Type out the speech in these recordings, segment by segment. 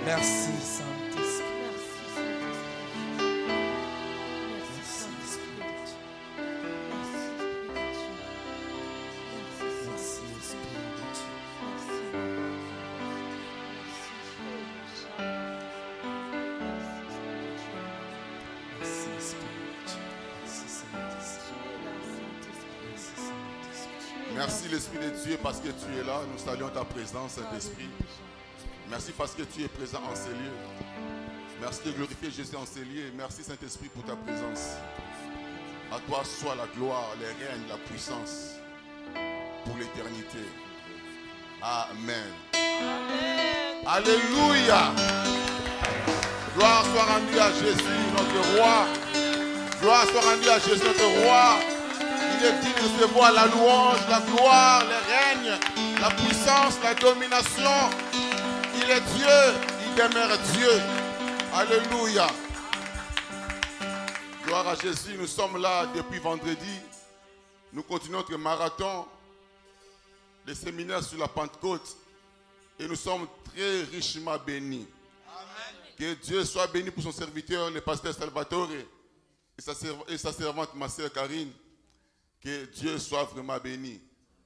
Merci, Saint-Esprit. Merci l'Esprit de Dieu parce que tu es là. Nous saluons ta présence, Saint-Esprit. Merci parce que tu es présent en ces lieux. Merci de glorifier Jésus en ces lieux. Merci Saint-Esprit pour ta présence. À toi soit la gloire, les règnes, la puissance pour l'éternité. Amen. Amen. Alléluia. Gloire soit rendue à Jésus, notre roi. Gloire soit rendue à Jésus, notre roi. Il est digne de recevoir la louange, la gloire, les règnes, la puissance, la domination. Il est Dieu, il demeure Dieu. Alléluia. Gloire à Jésus, nous sommes là depuis vendredi. Nous continuons notre marathon, les séminaires sur la Pentecôte. Et nous sommes très richement bénis. Amen. Que Dieu soit béni pour son serviteur, le pasteur Salvatore, et sa servante, ma sœur Karine. Que Dieu soit vraiment béni.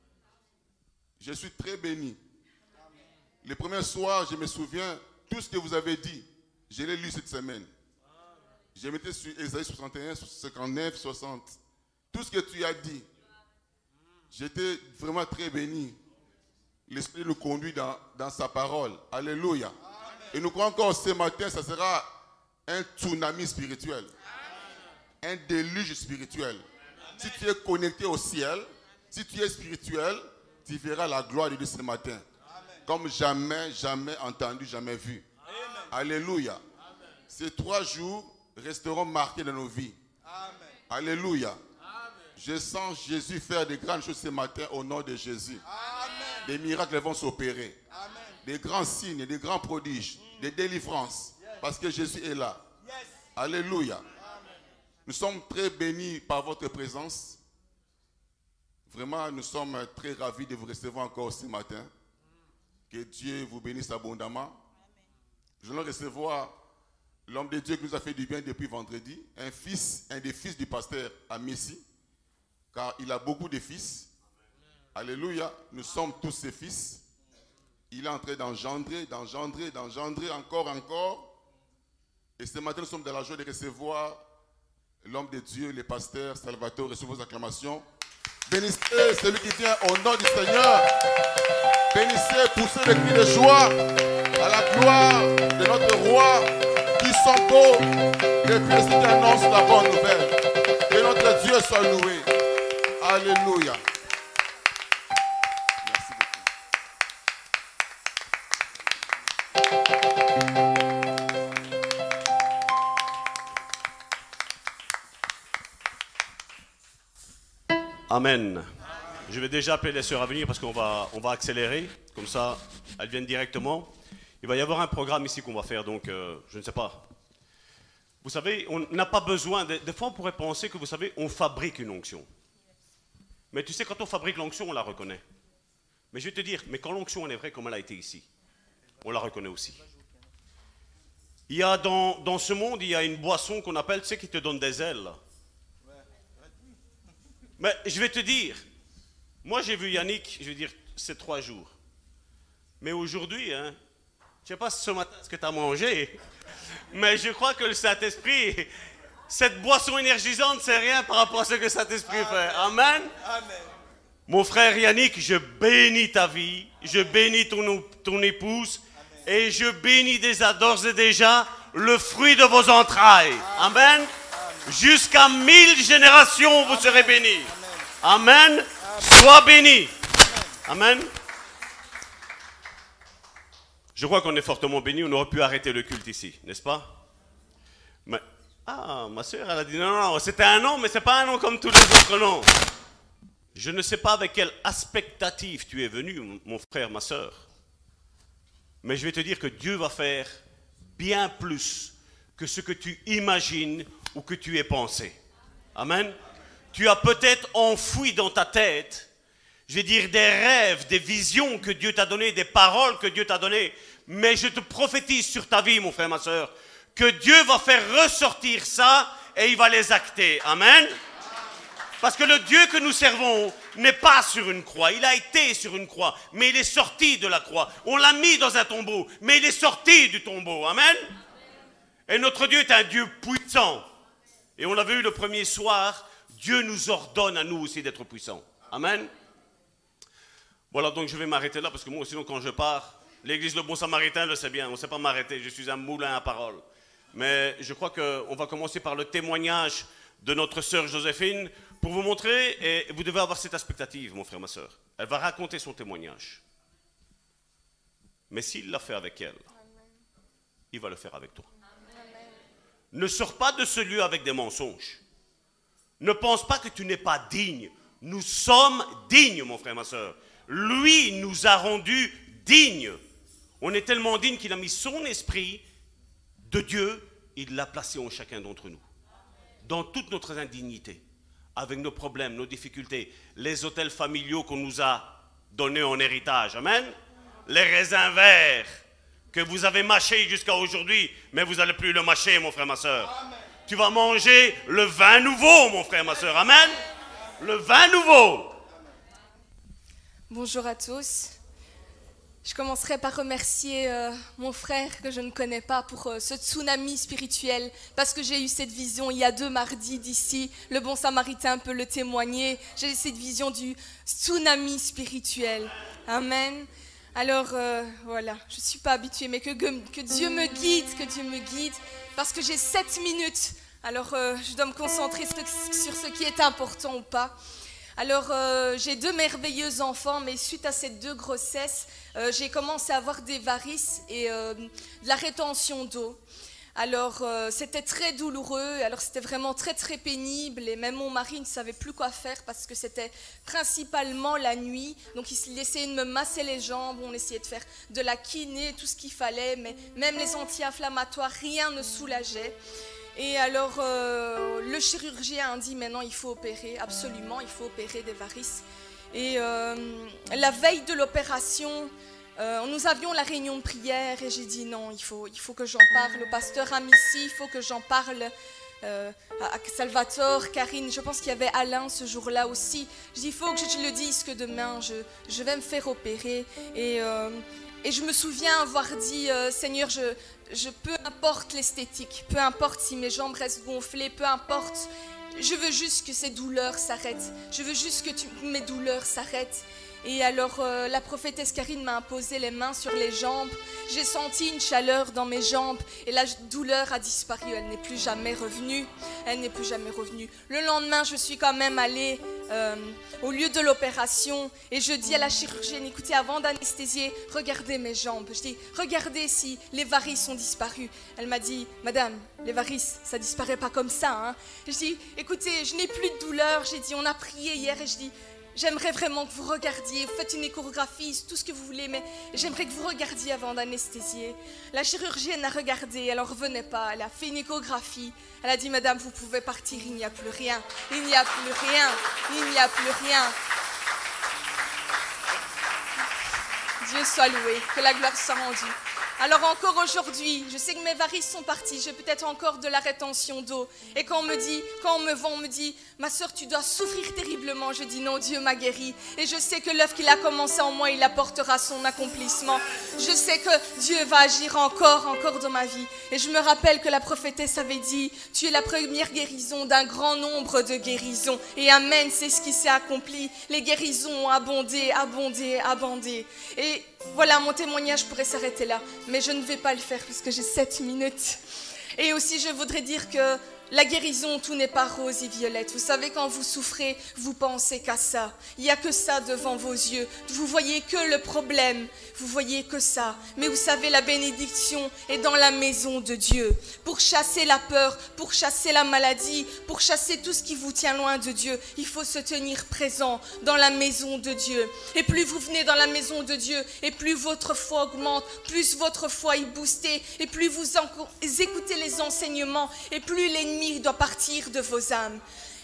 Je suis très béni. Le premier soir, je me souviens, tout ce que vous avez dit, je l'ai lu cette semaine. Je m'étais sur Ésaïe 61, 59, 60. Tout ce que tu as dit, j'étais vraiment très béni. L'Esprit nous conduit dans sa parole. Alléluia. Amen. Et nous croyons encore ce matin, ça sera un tsunami spirituel. Amen. Un déluge spirituel. Amen. Si tu es connecté au ciel, si tu es spirituel, tu verras la gloire de Dieu ce matin. Amen. Comme jamais, jamais entendu, jamais vu. Amen. Alléluia. Amen. Ces 3 jours resteront marqués dans nos vies. Amen. Alléluia. Amen. Je sens Jésus faire de grandes choses ce matin au nom de Jésus. Amen. Des miracles vont s'opérer. Amen. Des grands signes, des grands prodiges, des délivrances. Yes. Parce que Jésus est là. Yes. Alléluia. Amen. Nous sommes très bénis par votre présence. Vraiment, nous sommes très ravis de vous recevoir encore ce matin. Que Dieu vous bénisse abondamment. Amen. Nous allons recevoir l'homme de Dieu qui nous a fait du bien depuis vendredi. Un des fils du pasteur à Messi. Car il a beaucoup de fils. Alléluia, nous sommes tous ses fils. Il est en train d'engendrer, encore. Et ce matin, nous sommes dans la joie de recevoir l'homme de Dieu, le pasteur Salvatore. Recevez vos acclamations. Bénissez celui qui vient au nom du Seigneur. Bénissez, poussez le cri de joie à la gloire de notre roi qui sont beaux depuis ce qui annonce la bonne nouvelle. Que notre Dieu soit loué. Alléluia. Amen. Je vais déjà appeler les sœurs à venir parce qu'on va accélérer. Comme ça, elles viennent directement. Il va y avoir un programme ici qu'on va faire, donc je ne sais pas. Vous savez, on n'a pas besoin... Des fois, on pourrait penser que, vous savez, on fabrique une onction. Mais tu sais, quand on fabrique l'onction, on la reconnaît. Mais je vais te dire, mais quand l'onction, elle est vraie comme elle a été ici, on la reconnaît aussi. Il y a dans ce monde, il y a une boisson qu'on appelle, tu sais, qui te donne des ailes, là. Mais je vais te dire, moi j'ai vu Yannick, je vais dire, c'est 3 jours. Mais aujourd'hui, hein, je ne sais pas ce matin ce que tu as mangé, mais je crois que le Saint-Esprit, cette boisson énergisante, c'est rien par rapport à ce que le Saint-Esprit fait. Amen. Amen. Mon frère Yannick, je bénis ta vie, je bénis ton épouse, amen. Et je bénis d'ores et déjà le fruit de vos entrailles. Amen. Jusqu'à 1000 générations, vous serez bénis. Amen. Amen. Sois béni. Amen. Amen. Je crois qu'on est fortement bénis. On aurait pu arrêter le culte ici, n'est-ce pas? Mais, ma soeur, elle a dit non, c'était un nom, mais ce n'est pas un nom comme tous les autres noms. Je ne sais pas avec quelle expectative tu es venu, mon frère, ma soeur. Mais je vais te dire que Dieu va faire bien plus que ce que tu imagines ou que tu aies pensé. Amen. Tu as peut-être enfoui dans ta tête, je vais dire, des rêves, des visions que Dieu t'a données, des paroles que Dieu t'a données. Mais je te prophétise sur ta vie, mon frère, ma soeur, que Dieu va faire ressortir ça et il va les acter. Amen. Parce que le Dieu que nous servons n'est pas sur une croix. Il a été sur une croix, mais il est sorti de la croix. On l'a mis dans un tombeau, mais il est sorti du tombeau. Amen. Et notre Dieu est un Dieu puissant. Et on l'a vu le premier soir, Dieu nous ordonne à nous aussi d'être puissants. Amen. Voilà, donc je vais m'arrêter là, parce que moi, sinon, quand je pars, l'église Le Bon Samaritain le sait bien, on ne sait pas m'arrêter, je suis un moulin à parole. Mais je crois qu'on va commencer par le témoignage de notre sœur Joséphine, pour vous montrer, et vous devez avoir cette expectative, mon frère, ma sœur. Elle va raconter son témoignage. Mais s'il l'a fait avec elle, il va le faire avec toi. Ne sors pas de ce lieu avec des mensonges. Ne pense pas que tu n'es pas digne. Nous sommes dignes, mon frère, ma sœur. Lui nous a rendus dignes. On est tellement dignes qu'il a mis son esprit de Dieu, il l'a placé en chacun d'entre nous. Dans toute notre indignité, avec nos problèmes, nos difficultés, les hôtels familiaux qu'on nous a donnés en héritage. Amen. Les raisins verts que vous avez mâchés jusqu'à aujourd'hui, mais vous n'allez plus le mâcher, mon frère, ma soeur. Amen. Tu vas manger le vin nouveau, mon frère, ma soeur. Amen. Le vin nouveau. Bonjour à tous. Je commencerai par remercier mon frère que je ne connais pas pour ce tsunami spirituel, parce que j'ai eu cette vision il y a 2 mardis d'ici. Le Bon Samaritain peut le témoigner. J'ai eu cette vision du tsunami spirituel. Amen. Alors voilà, je ne suis pas habituée, mais que Dieu me guide, parce que j'ai 7 minutes. Alors je dois me concentrer sur ce qui est important ou pas. Alors, j'ai 2 merveilleux enfants, mais suite à ces 2 grossesses, j'ai commencé à avoir des varices et de la rétention d'eau. Alors, c'était très douloureux, alors c'était vraiment très très pénible, et même mon mari ne savait plus quoi faire parce que c'était principalement la nuit. Donc, il essayait de me masser les jambes, on essayait de faire de la kiné, tout ce qu'il fallait, mais même les anti-inflammatoires, rien ne soulageait. Et alors, le chirurgien a dit, maintenant il faut opérer, absolument, il faut opérer des varices. Et la veille de l'opération, nous avions la réunion de prière et j'ai dit non, il faut que j'en parle au pasteur Amici, il faut que j'en parle à Salvatore, Karine, je pense qu'il y avait Alain ce jour-là aussi. Je dis, il faut que je te le dise que demain, je vais me faire opérer. Et je me souviens avoir dit, Seigneur, peu importe l'esthétique, peu importe si mes jambes restent gonflées, peu importe, je veux juste que ces douleurs s'arrêtent. Je veux juste que mes douleurs s'arrêtent. Et alors, la prophétesse Karine m'a imposé les mains sur les jambes. J'ai senti une chaleur dans mes jambes et la douleur a disparu. Elle n'est plus jamais revenue. Elle n'est plus jamais revenue. Le lendemain, je suis quand même allée au lieu de l'opération et je dis à la chirurgienne, écoutez, avant d'anesthésier, regardez mes jambes. Je dis, regardez si les varices ont disparu. Elle m'a dit, madame, les varices, ça disparaît pas comme ça. Hein. Je dis, écoutez, je n'ai plus de douleur. J'ai dit, on a prié hier et je dis, j'aimerais vraiment que vous regardiez, vous faites une échographie, tout ce que vous voulez, mais j'aimerais que vous regardiez avant d'anesthésier. La chirurgienne a regardé, elle n'en revenait pas, elle a fait une échographie. Elle a dit, madame, vous pouvez partir, il n'y a plus rien, il n'y a plus rien, il n'y a plus rien. Dieu soit loué, que la gloire soit rendue. Alors encore aujourd'hui, je sais que mes varices sont parties, j'ai peut-être encore de la rétention d'eau. Et quand on me voit, on me dit, ma soeur, tu dois souffrir terriblement. Je dis non, Dieu m'a guéri. Et je sais que l'œuvre qu'il a commencé en moi, il apportera son accomplissement. Je sais que Dieu va agir encore dans ma vie. Et je me rappelle que la prophétesse avait dit, tu es la première guérison d'un grand nombre de guérisons. Et amen, c'est ce qui s'est accompli. Les guérisons ont abondé. Et voilà, mon témoignage pourrait s'arrêter là. Mais je ne vais pas le faire parce que j'ai 7 minutes. Et aussi, je voudrais dire que la guérison, tout n'est pas rose et violette. Vous savez, quand vous souffrez, vous pensez qu'à ça. Il n'y a que ça devant vos yeux. Vous voyez que le problème. Vous voyez que ça. Mais vous savez, la bénédiction est dans la maison de Dieu. Pour chasser la peur, pour chasser la maladie, pour chasser tout ce qui vous tient loin de Dieu, il faut se tenir présent dans la maison de Dieu. Et plus vous venez dans la maison de Dieu, et plus votre foi augmente, plus votre foi est boostée, et plus vous écoutez les enseignements, et plus l'ennemi doit partir de vos âmes.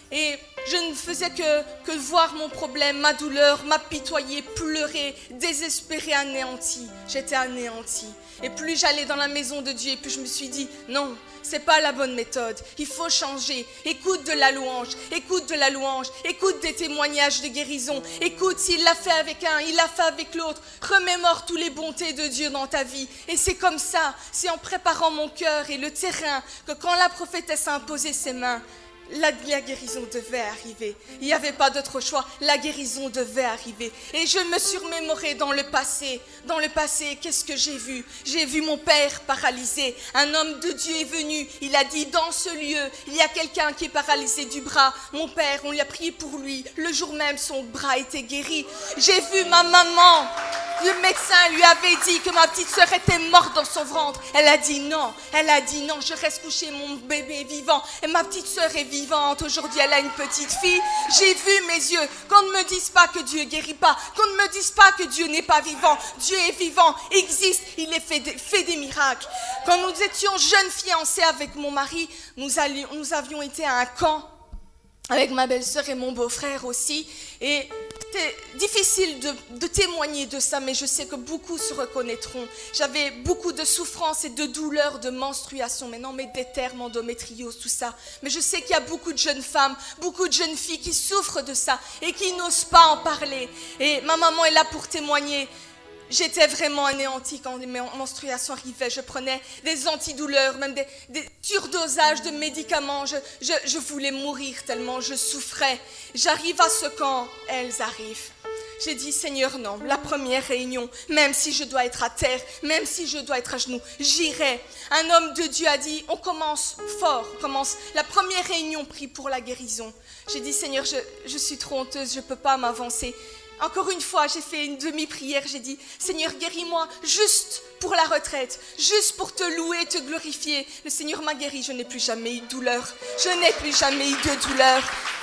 Et je ne faisais que voir mon problème, ma douleur, m'apitoyer, pleurer, désespérer, anéanti. J'étais anéantie. Et plus j'allais dans la maison de Dieu, et plus je me suis dit, non, c'est pas la bonne méthode. Il faut changer. Écoute de la louange, écoute de la louange, écoute des témoignages de guérison. Écoute, s'il l'a fait avec un, il l'a fait avec l'autre. Remémore tous les bontés de Dieu dans ta vie. Et c'est comme ça, c'est en préparant mon cœur et le terrain, que quand la prophétesse a imposé ses mains, la guérison devait arriver. Il n'y avait pas d'autre choix. La guérison devait arriver. Et je me suis remémorée dans le passé. Dans le passé, qu'est-ce que j'ai vu? J'ai vu mon père paralysé. Un homme de Dieu est venu. Il a dit, dans ce lieu, il y a quelqu'un qui est paralysé du bras. Mon père, on lui a prié pour lui. Le jour même, son bras était guéri. J'ai vu ma maman. Le médecin lui avait dit que ma petite sœur était morte dans son ventre. Elle a dit non. Elle a dit non, je reste couchée, mon bébé est vivant. Et ma petite sœur est vivante. Aujourd'hui, elle a une petite fille. J'ai vu mes yeux. Qu'on ne me dise pas que Dieu ne guérit pas. Qu'on ne me dise pas que Dieu n'est pas vivant. Dieu est vivant, existe, il fait des miracles. Quand nous étions jeunes fiancés avec mon mari, nous avions été à un camp avec ma belle-sœur et mon beau-frère aussi. Et c'était difficile de témoigner de ça, mais je sais que beaucoup se reconnaîtront. J'avais beaucoup de souffrances et de douleurs, de menstruation, mais des termes, endométriose, tout ça. Mais je sais qu'il y a beaucoup de jeunes femmes, beaucoup de jeunes filles qui souffrent de ça et qui n'osent pas en parler. Et ma maman est là pour témoigner. J'étais vraiment anéantie quand mes menstruations arrivaient. Je prenais des antidouleurs, même des surdosages de médicaments. Je voulais mourir tellement je souffrais. J'arrive à ce camp, elles arrivent. J'ai dit, Seigneur, non, la première réunion, même si je dois être à terre, même si je dois être à genoux, j'irai. Un homme de Dieu a dit, on commence fort, on commence. La première réunion prie pour la guérison. J'ai dit, Seigneur, je suis trop honteuse, je ne peux pas m'avancer. Encore une fois, j'ai fait une demi-prière, j'ai dit, Seigneur, guéris-moi juste pour la retraite, juste pour te louer, te glorifier. Le Seigneur m'a guéri, je n'ai plus jamais eu de douleur. Je n'ai plus jamais eu de douleur.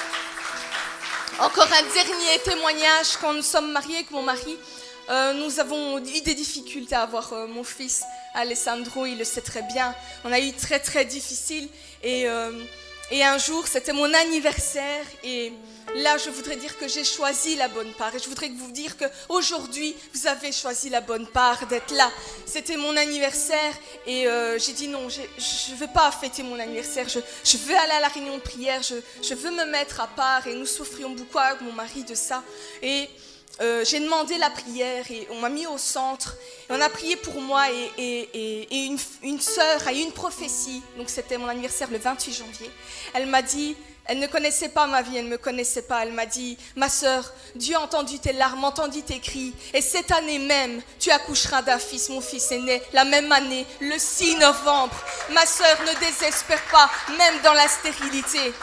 Encore un dernier témoignage, quand nous sommes mariés avec mon mari, nous avons eu des difficultés à avoir mon fils Alessandro, il le sait très bien. On a eu très très difficile et un jour, c'était mon anniversaire et là, je voudrais dire que j'ai choisi la bonne part. Et je voudrais vous dire qu'aujourd'hui, vous avez choisi la bonne part d'être là. C'était mon anniversaire et j'ai dit non, je ne veux pas fêter mon anniversaire. Je veux aller à la réunion de prière. Je veux me mettre à part. Et nous souffrions beaucoup avec mon mari de ça. Et j'ai demandé la prière et on m'a mis au centre. Et on a prié pour moi et une sœur a eu une prophétie. Donc c'était mon anniversaire le 28 janvier. Elle m'a dit... Elle ne connaissait pas ma vie, elle ne me connaissait pas. Elle m'a dit, ma sœur, Dieu a entendu tes larmes, entendu tes cris. Et cette année même, tu accoucheras d'un fils. Mon fils est né la même année, le 6 novembre. Ma sœur, ne désespère pas, même dans la stérilité.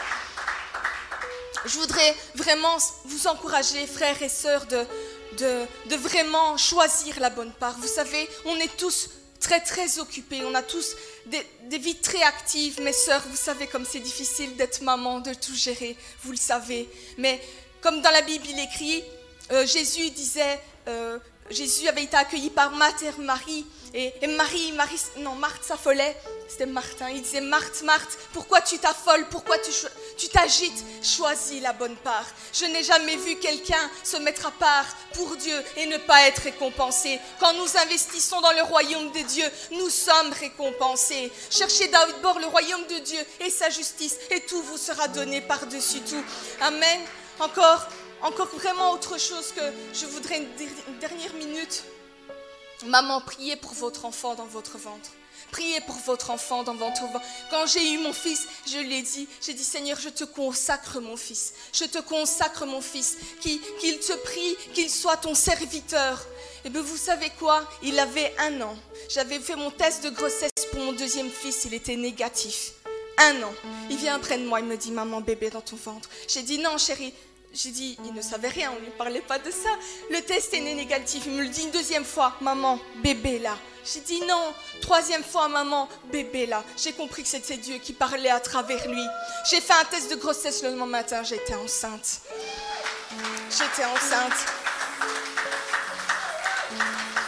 Je voudrais vraiment vous encourager, frères et sœurs, de vraiment choisir la bonne part. Vous savez, on est tous très très occupés, on a tous des vies très actives. Mes sœurs, vous savez comme c'est difficile d'être maman, de tout gérer, vous le savez. Mais comme dans la Bible il écrit, Jésus disait, Jésus avait été accueilli par Marie et Marthe s'affolait, c'était Martin, il disait Marthe, pourquoi tu t'affoles, pourquoi tu t'agites, choisis la bonne part. Je n'ai jamais vu quelqu'un se mettre à part pour Dieu et ne pas être récompensé. Quand nous investissons dans le royaume de Dieu, nous sommes récompensés. Cherchez d'abord le royaume de Dieu et sa justice et tout vous sera donné par-dessus tout. Amen. Encore vraiment autre chose que je voudrais une dernière minute. Maman, priez pour votre enfant dans votre ventre. Priez pour votre enfant dans votre ventre. Quand j'ai eu mon fils, je l'ai dit, j'ai dit Seigneur, je te consacre mon fils. Je te consacre mon fils. Qu'il te prie, qu'il soit ton serviteur. Et bien vous savez quoi? Il avait 1 an. J'avais fait mon test de grossesse pour mon deuxième fils, il était négatif. 1 an. Il vient près de moi, il me dit maman, bébé dans ton ventre. J'ai dit non chérie. J'ai dit, il ne savait rien, on ne lui parlait pas de ça. Le test est négatif, il me le dit une 2e fois. Maman, bébé là. J'ai dit non. 3e fois, maman, bébé là. J'ai compris que c'était Dieu qui parlait à travers lui. J'ai fait un test de grossesse le lendemain matin, j'étais enceinte. J'étais enceinte.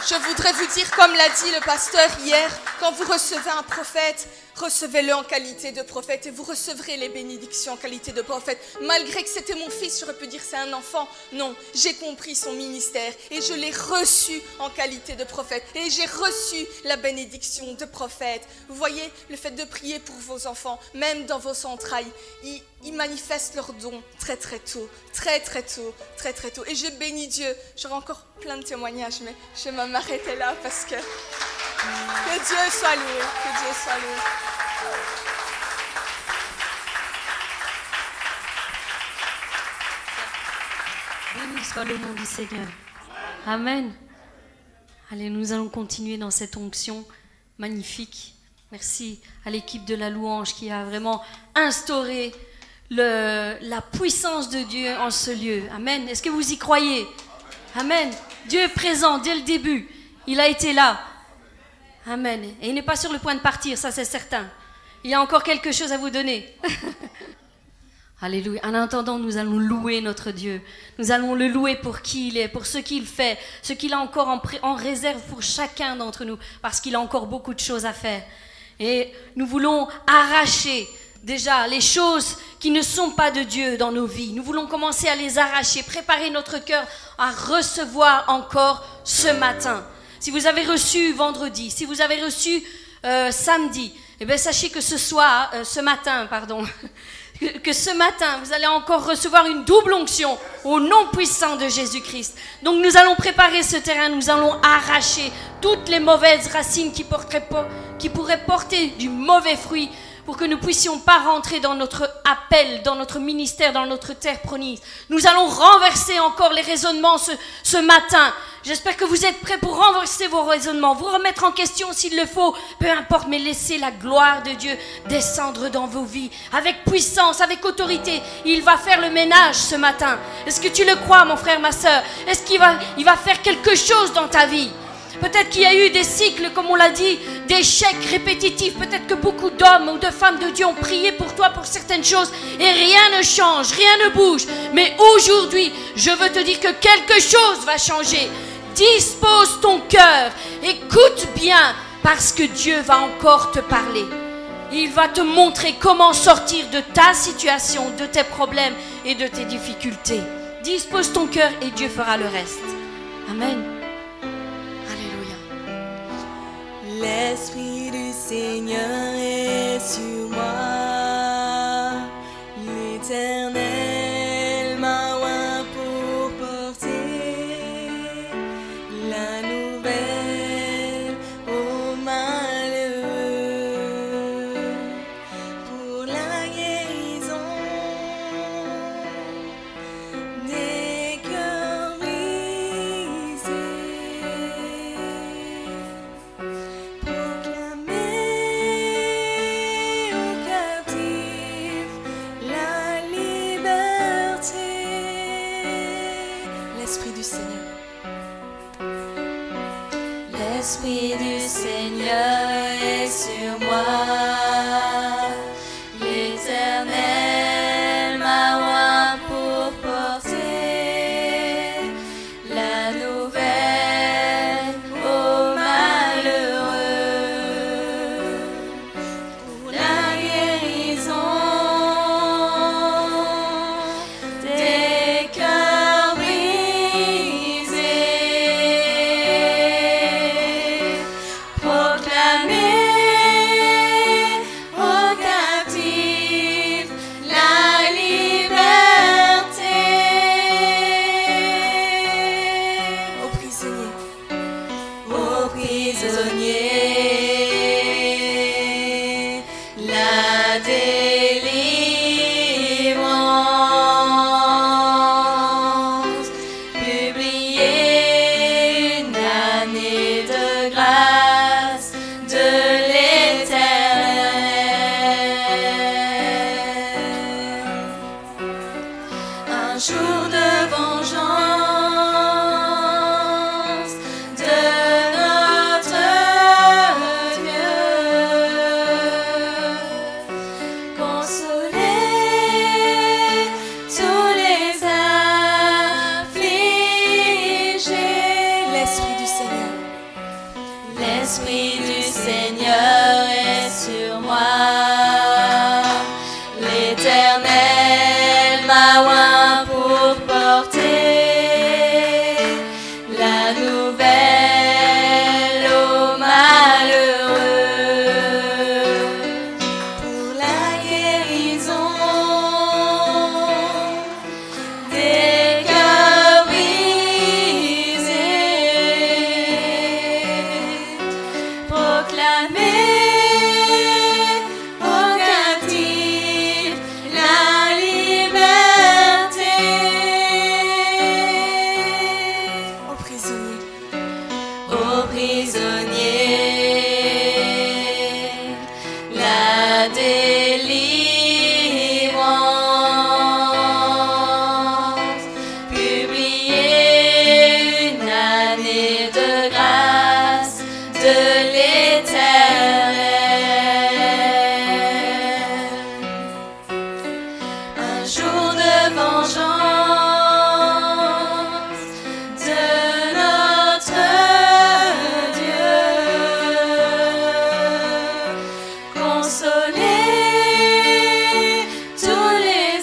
Je voudrais vous dire, comme l'a dit le pasteur hier, quand vous recevez un prophète, recevez-le en qualité de prophète et vous recevrez les bénédictions en qualité de prophète. Malgré que c'était mon fils, j'aurais pu dire c'est un enfant. Non, j'ai compris son ministère et je l'ai reçu en qualité de prophète. Et j'ai reçu la bénédiction de prophète. Vous voyez, le fait de prier pour vos enfants, même dans vos entrailles, ils manifestent leurs dons très très tôt. Très très tôt, très très tôt. Et je bénis Dieu. J'aurais encore plein de témoignages, mais je vais m'arrêter là parce que Dieu soit loué, que Dieu soit loué. Béni soit le nom du Seigneur. Amen. Allez, nous allons continuer dans cette onction magnifique. Merci à l'équipe de la louange qui a vraiment instauré la puissance de Dieu en ce lieu. Amen. Est-ce que vous y croyez? Amen. Dieu est présent dès le début. Il a été là. Amen. Et il n'est pas sur le point de partir, ça c'est certain. Il y a encore quelque chose à vous donner. Alléluia. En attendant, nous allons louer notre Dieu. Nous allons le louer pour qui il est, pour ce qu'il fait, ce qu'il a encore en réserve pour chacun d'entre nous, parce qu'il a encore beaucoup de choses à faire. Et nous voulons arracher déjà les choses qui ne sont pas de Dieu dans nos vies. Nous voulons commencer à les arracher, préparer notre cœur à recevoir encore ce matin. Si vous avez reçu vendredi, si vous avez reçu samedi, eh bien sachez que ce matin, vous allez encore recevoir une double onction au nom puissant de Jésus-Christ. Donc nous allons préparer ce terrain, nous allons arracher toutes les mauvaises racines qui pourraient porter du mauvais fruit pour que nous ne puissions pas rentrer dans notre appel, dans notre ministère, dans notre terre promise. Nous allons renverser encore les raisonnements ce matin. J'espère que vous êtes prêts pour renverser vos raisonnements, vous remettre en question s'il le faut, peu importe, mais laissez la gloire de Dieu descendre dans vos vies, avec puissance, avec autorité. Il va faire le ménage ce matin. Est-ce que tu le crois, mon frère, ma soeur? Est-ce qu'il va faire quelque chose dans ta vie? Peut-être qu'il y a eu des cycles, comme on l'a dit, d'échecs répétitifs. Peut-être que beaucoup d'hommes ou de femmes de Dieu ont prié pour toi pour certaines choses et rien ne change, rien ne bouge. Mais aujourd'hui, je veux te dire que quelque chose va changer. Dispose ton cœur, écoute bien, parce que Dieu va encore te parler. Il va te montrer comment sortir de ta situation, de tes problèmes et de tes difficultés. Dispose ton cœur et Dieu fera le reste. Amen. L'Esprit du Seigneur est sur moi, l'Éternel m'a oint pour porter la nouvelle aux malheureux, pour la guérison des cœurs brisés. L'Esprit du Seigneur est sur moi, l'Éternel m'a oint pour porter la nouvelle aux malheureux, pour la guérison des cœurs brisés. délivrance. Publier une année de grâce de l'Éternel. Un jour de vengeance de notre Dieu. Consoler tous les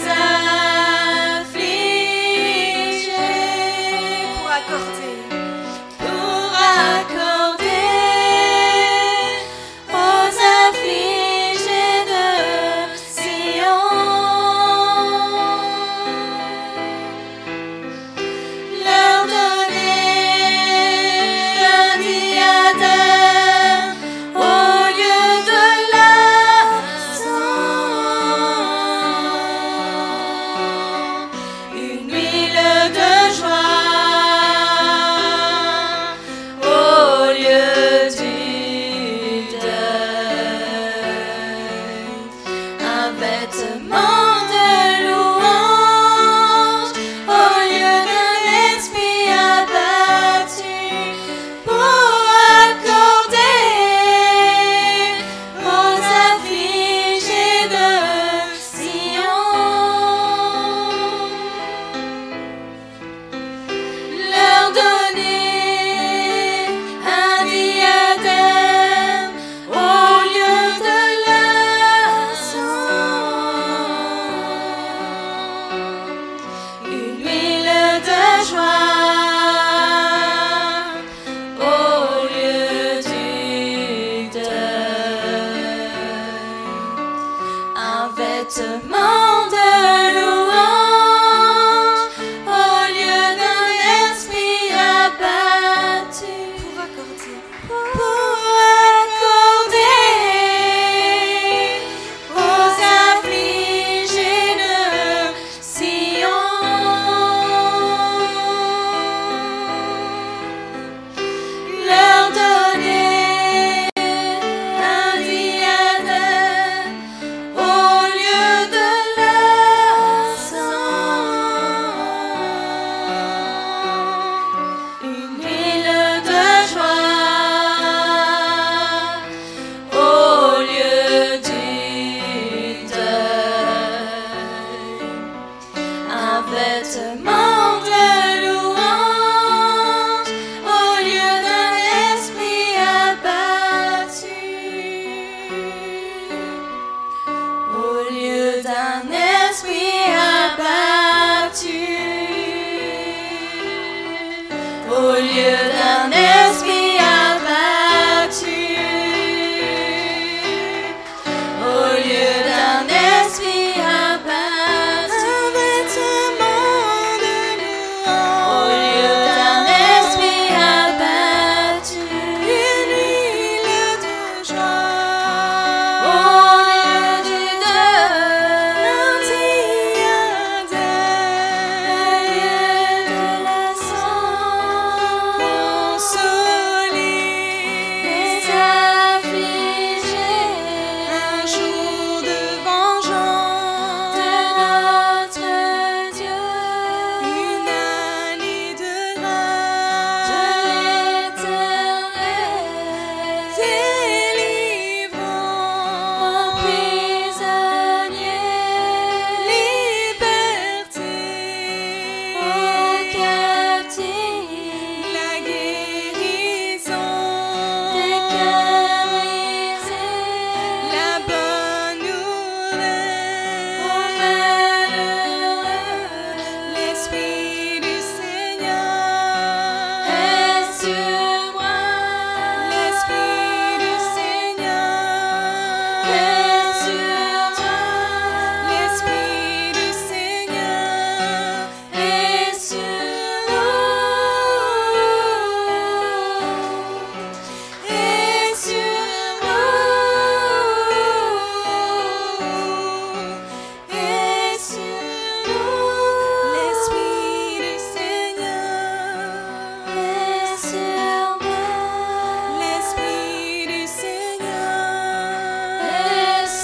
affligés. Pour accorder Pour accorder aux affligés de Sion leur donner un diadème au lieu de l'argent, une huile de joie au lieu du deuil, un vêtement de louange au lieu d'un esprit abattu, pour accorder aux affligés de Sion leur donner un diadème au lieu de l'argent, une huile de joie au lieu du deuil, un vêtement de louange au lieu d'un esprit abattu, pour accorder aux affligés de Sion leur donner un diadème au lieu de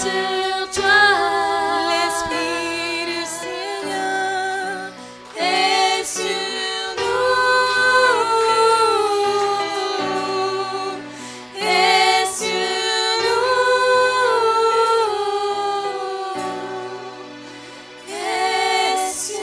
sur toi. L'Esprit du Seigneur est sur nous. Est sur nous. Est sur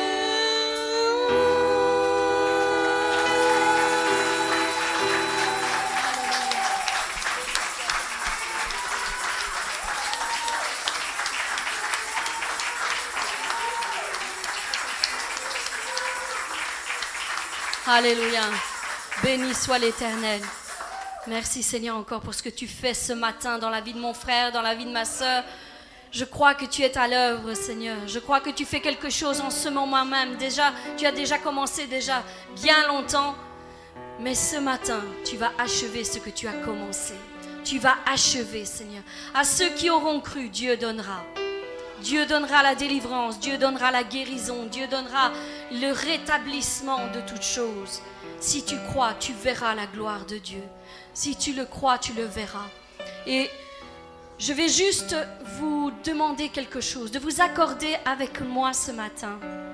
Alléluia. Béni soit l'Éternel. Merci Seigneur encore pour ce que tu fais ce matin dans la vie de mon frère, dans la vie de ma sœur. Je crois que tu es à l'œuvre, Seigneur. Je crois que tu fais quelque chose en ce moment même. Déjà, tu as déjà commencé déjà bien longtemps. Mais ce matin, tu vas achever ce que tu as commencé. Tu vas achever, Seigneur. À ceux qui auront cru, Dieu donnera. Dieu donnera la délivrance, Dieu donnera la guérison, Dieu donnera le rétablissement de toutes choses. Si tu crois, tu verras la gloire de Dieu. Si tu le crois, tu le verras. Et je vais juste vous demander quelque chose, de vous accorder avec moi ce matin.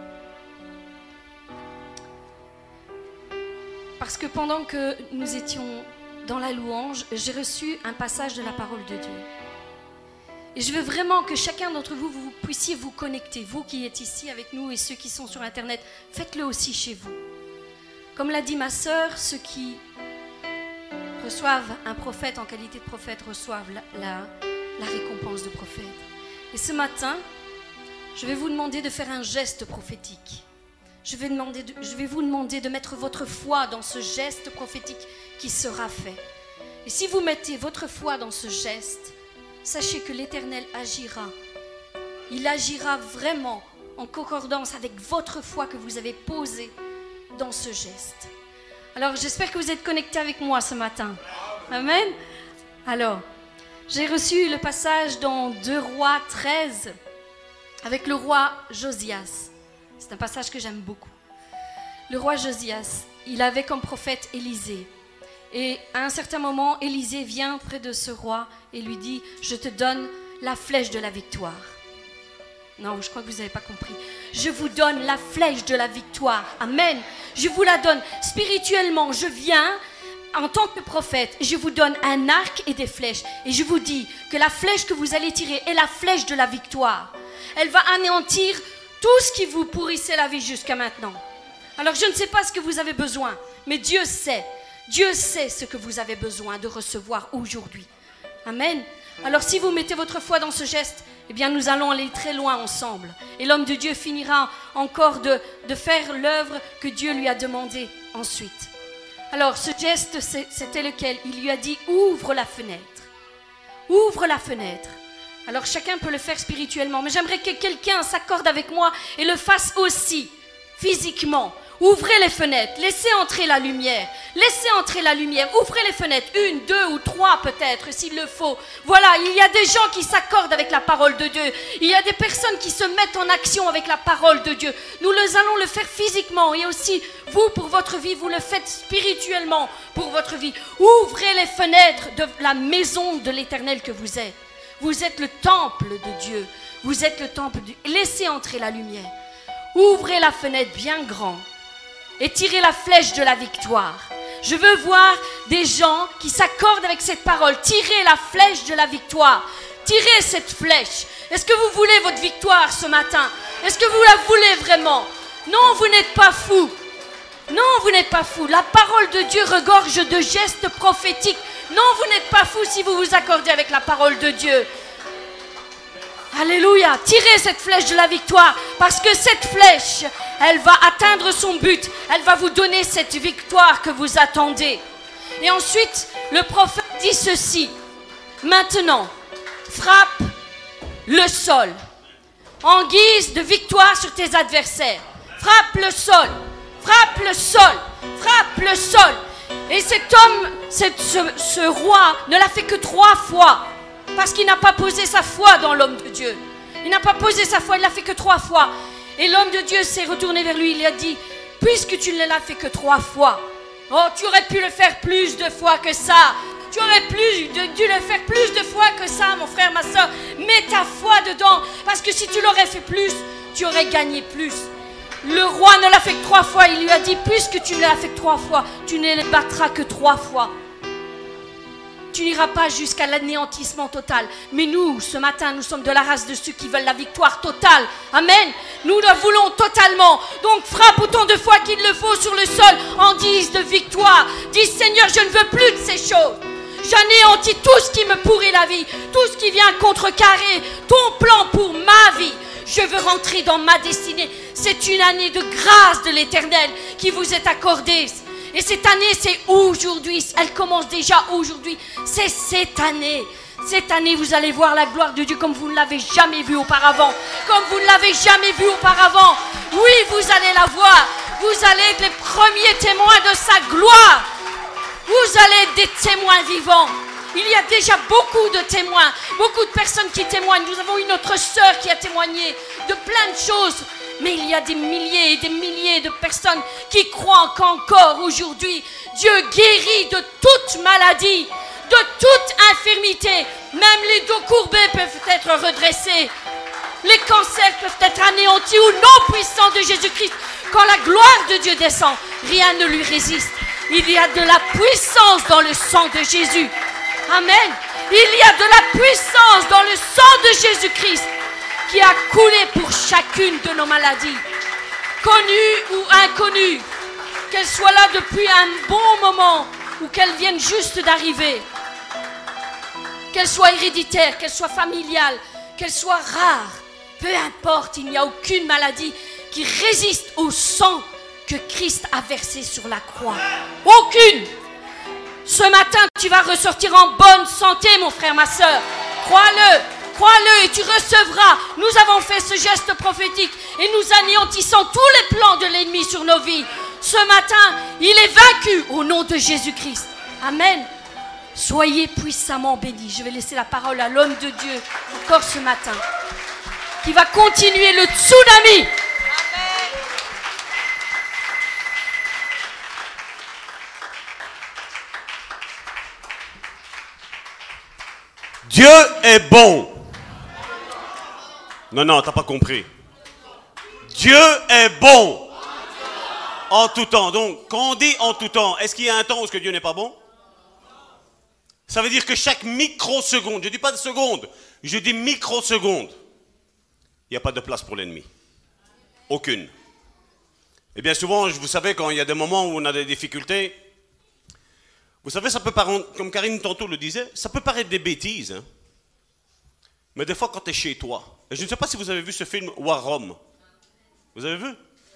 Parce que pendant que nous étions dans la louange, j'ai reçu un passage de la parole de Dieu. Et je veux vraiment que chacun d'entre vous, vous puissiez vous connecter. Vous qui êtes ici avec nous et ceux qui sont sur Internet, faites-le aussi chez vous. Comme l'a dit ma sœur, ceux qui reçoivent un prophète en qualité de prophète reçoivent la récompense de prophète. Et ce matin, je vais vous demander de faire un geste prophétique. Je vais vous demander de mettre votre foi dans ce geste prophétique qui sera fait. Et si vous mettez votre foi dans ce geste, sachez que l'Éternel agira. Il agira vraiment en concordance avec votre foi que vous avez posée dans ce geste. Alors, j'espère que vous êtes connectés avec moi ce matin. Amen. Alors, j'ai reçu le passage dans 2 Rois 13 avec le roi Josias. C'est un passage que j'aime beaucoup. Le roi Josias, il avait comme prophète Élisée. Et à un certain moment, Élisée vient près de ce roi et lui dit « Je te donne la flèche de la victoire. » Non, je crois que vous n'avez pas compris. Je vous donne la flèche de la victoire. Amen. Je vous la donne. Spirituellement, je viens en tant que prophète. Je vous donne un arc et des flèches. Et je vous dis que la flèche que vous allez tirer est la flèche de la victoire. Elle va anéantir tout ce qui vous pourrissait la vie jusqu'à maintenant. Alors, je ne sais pas ce que vous avez besoin, mais Dieu sait. Dieu sait ce que vous avez besoin de recevoir aujourd'hui. Amen. Alors si vous mettez votre foi dans ce geste, eh bien nous allons aller très loin ensemble. Et l'homme de Dieu finira encore de faire l'œuvre que Dieu lui a demandé ensuite. Alors ce geste, c'était lequel? Il lui a dit « Ouvre la fenêtre. Ouvre la fenêtre. » Alors chacun peut le faire spirituellement, mais j'aimerais que quelqu'un s'accorde avec moi et le fasse aussi physiquement. Ouvrez les fenêtres, laissez entrer la lumière, laissez entrer la lumière, ouvrez les fenêtres, 1, 2 ou 3 peut-être s'il le faut. Voilà, il y a des gens qui s'accordent avec la parole de Dieu, il y a des personnes qui se mettent en action avec la parole de Dieu. Nous allons le faire physiquement et aussi vous pour votre vie, vous le faites spirituellement pour votre vie. Ouvrez les fenêtres de la maison de l'Éternel que vous êtes. Vous êtes le temple de Dieu, vous êtes le temple de Dieu. Laissez entrer la lumière. Ouvrez la fenêtre bien grand. Et tirez la flèche de la victoire. Je veux voir des gens qui s'accordent avec cette parole. Tirez la flèche de la victoire. Tirez cette flèche. Est-ce que vous voulez votre victoire ce matin? Est-ce que vous la voulez vraiment? Non, vous n'êtes pas fou. Non, vous n'êtes pas fou. La parole de Dieu regorge de gestes prophétiques. Non, vous n'êtes pas fou si vous vous accordez avec la parole de Dieu. Alléluia, tirez cette flèche de la victoire parce que cette flèche, elle va atteindre son but. Elle va vous donner cette victoire que vous attendez. Et ensuite, le prophète dit ceci. Maintenant, frappe le sol en guise de victoire sur tes adversaires. Frappe le sol, frappe le sol, frappe le sol. Et cet homme, ce roi ne l'a fait que 3 fois. Parce qu'il n'a pas posé sa foi dans l'homme de Dieu. Il n'a pas posé sa foi, il l'a fait que 3 fois. Et l'homme de Dieu s'est retourné vers lui, il a dit, puisque tu ne l'as fait que 3 fois, oh, tu aurais pu le faire plus de fois que ça. Tu aurais dû le faire plus de fois que ça, mon frère, ma soeur. Mets ta foi dedans. Parce que si tu l'aurais fait plus, tu aurais gagné plus. Le roi ne l'a fait que 3 fois. Il lui a dit, puisque tu ne l'as fait que 3 fois, tu ne les battras que 3 fois. Tu n'iras pas jusqu'à l'anéantissement total. Mais nous, ce matin, nous sommes de la race de ceux qui veulent la victoire totale. Amen. Nous la voulons totalement. Donc frappe autant de fois qu'il le faut sur le sol en guise de victoire. Dis, Seigneur, je ne veux plus de ces choses. J'anéantis tout ce qui me pourrit la vie, tout ce qui vient contrecarrer ton plan pour ma vie. Je veux rentrer dans ma destinée. C'est une année de grâce de l'Éternel qui vous est accordée. Et cette année, c'est aujourd'hui. Elle commence déjà aujourd'hui. C'est cette année. Cette année, vous allez voir la gloire de Dieu comme vous ne l'avez jamais vue auparavant. Comme vous ne l'avez jamais vue auparavant. Oui, vous allez la voir. Vous allez être les premiers témoins de sa gloire. Vous allez être des témoins vivants. Il y a déjà beaucoup de témoins, beaucoup de personnes qui témoignent. Nous avons une autre sœur qui a témoigné de plein de choses. Mais il y a des milliers et des milliers de personnes qui croient qu'encore aujourd'hui, Dieu guérit de toute maladie, de toute infirmité. Même les dos courbés peuvent être redressés. Les cancers peuvent être anéantis au nom puissant de Jésus-Christ. Quand la gloire de Dieu descend, rien ne lui résiste. Il y a de la puissance dans le sang de Jésus. Amen. Il y a de la puissance dans le sang de Jésus-Christ qui a coulé pour chacune de nos maladies, connues ou inconnues, qu'elles soient là depuis un bon moment ou qu'elles viennent juste d'arriver, qu'elles soient héréditaires, qu'elles soient familiales, qu'elles soient rares, peu importe, il n'y a aucune maladie qui résiste au sang que Christ a versé sur la croix. Aucune. Ce matin, tu vas ressortir en bonne santé, mon frère, ma soeur. Crois-le. Crois-le et tu recevras. Nous avons fait ce geste prophétique et nous anéantissons tous les plans de l'ennemi sur nos vies. Ce matin, il est vaincu au nom de Jésus-Christ. Amen. Soyez puissamment bénis. Je vais laisser la parole à l'homme de Dieu encore ce matin qui va continuer le tsunami. Dieu est bon. Non, t'as pas compris. Dieu est bon. En tout temps. Donc, quand on dit en tout temps, est-ce qu'il y a un temps où Dieu n'est pas bon? Ça veut dire que chaque microseconde, je ne dis pas de seconde, je dis microseconde, il n'y a pas de place pour l'ennemi. Aucune. Et bien souvent, vous savez, quand il y a des moments où on a des difficultés, vous savez, ça peut paraître, comme Karine tantôt le disait, ça peut paraître des bêtises. Hein. Mais des fois, quand tu es chez toi, et je ne sais pas si vous avez vu ce film War Rome. Vous avez vu?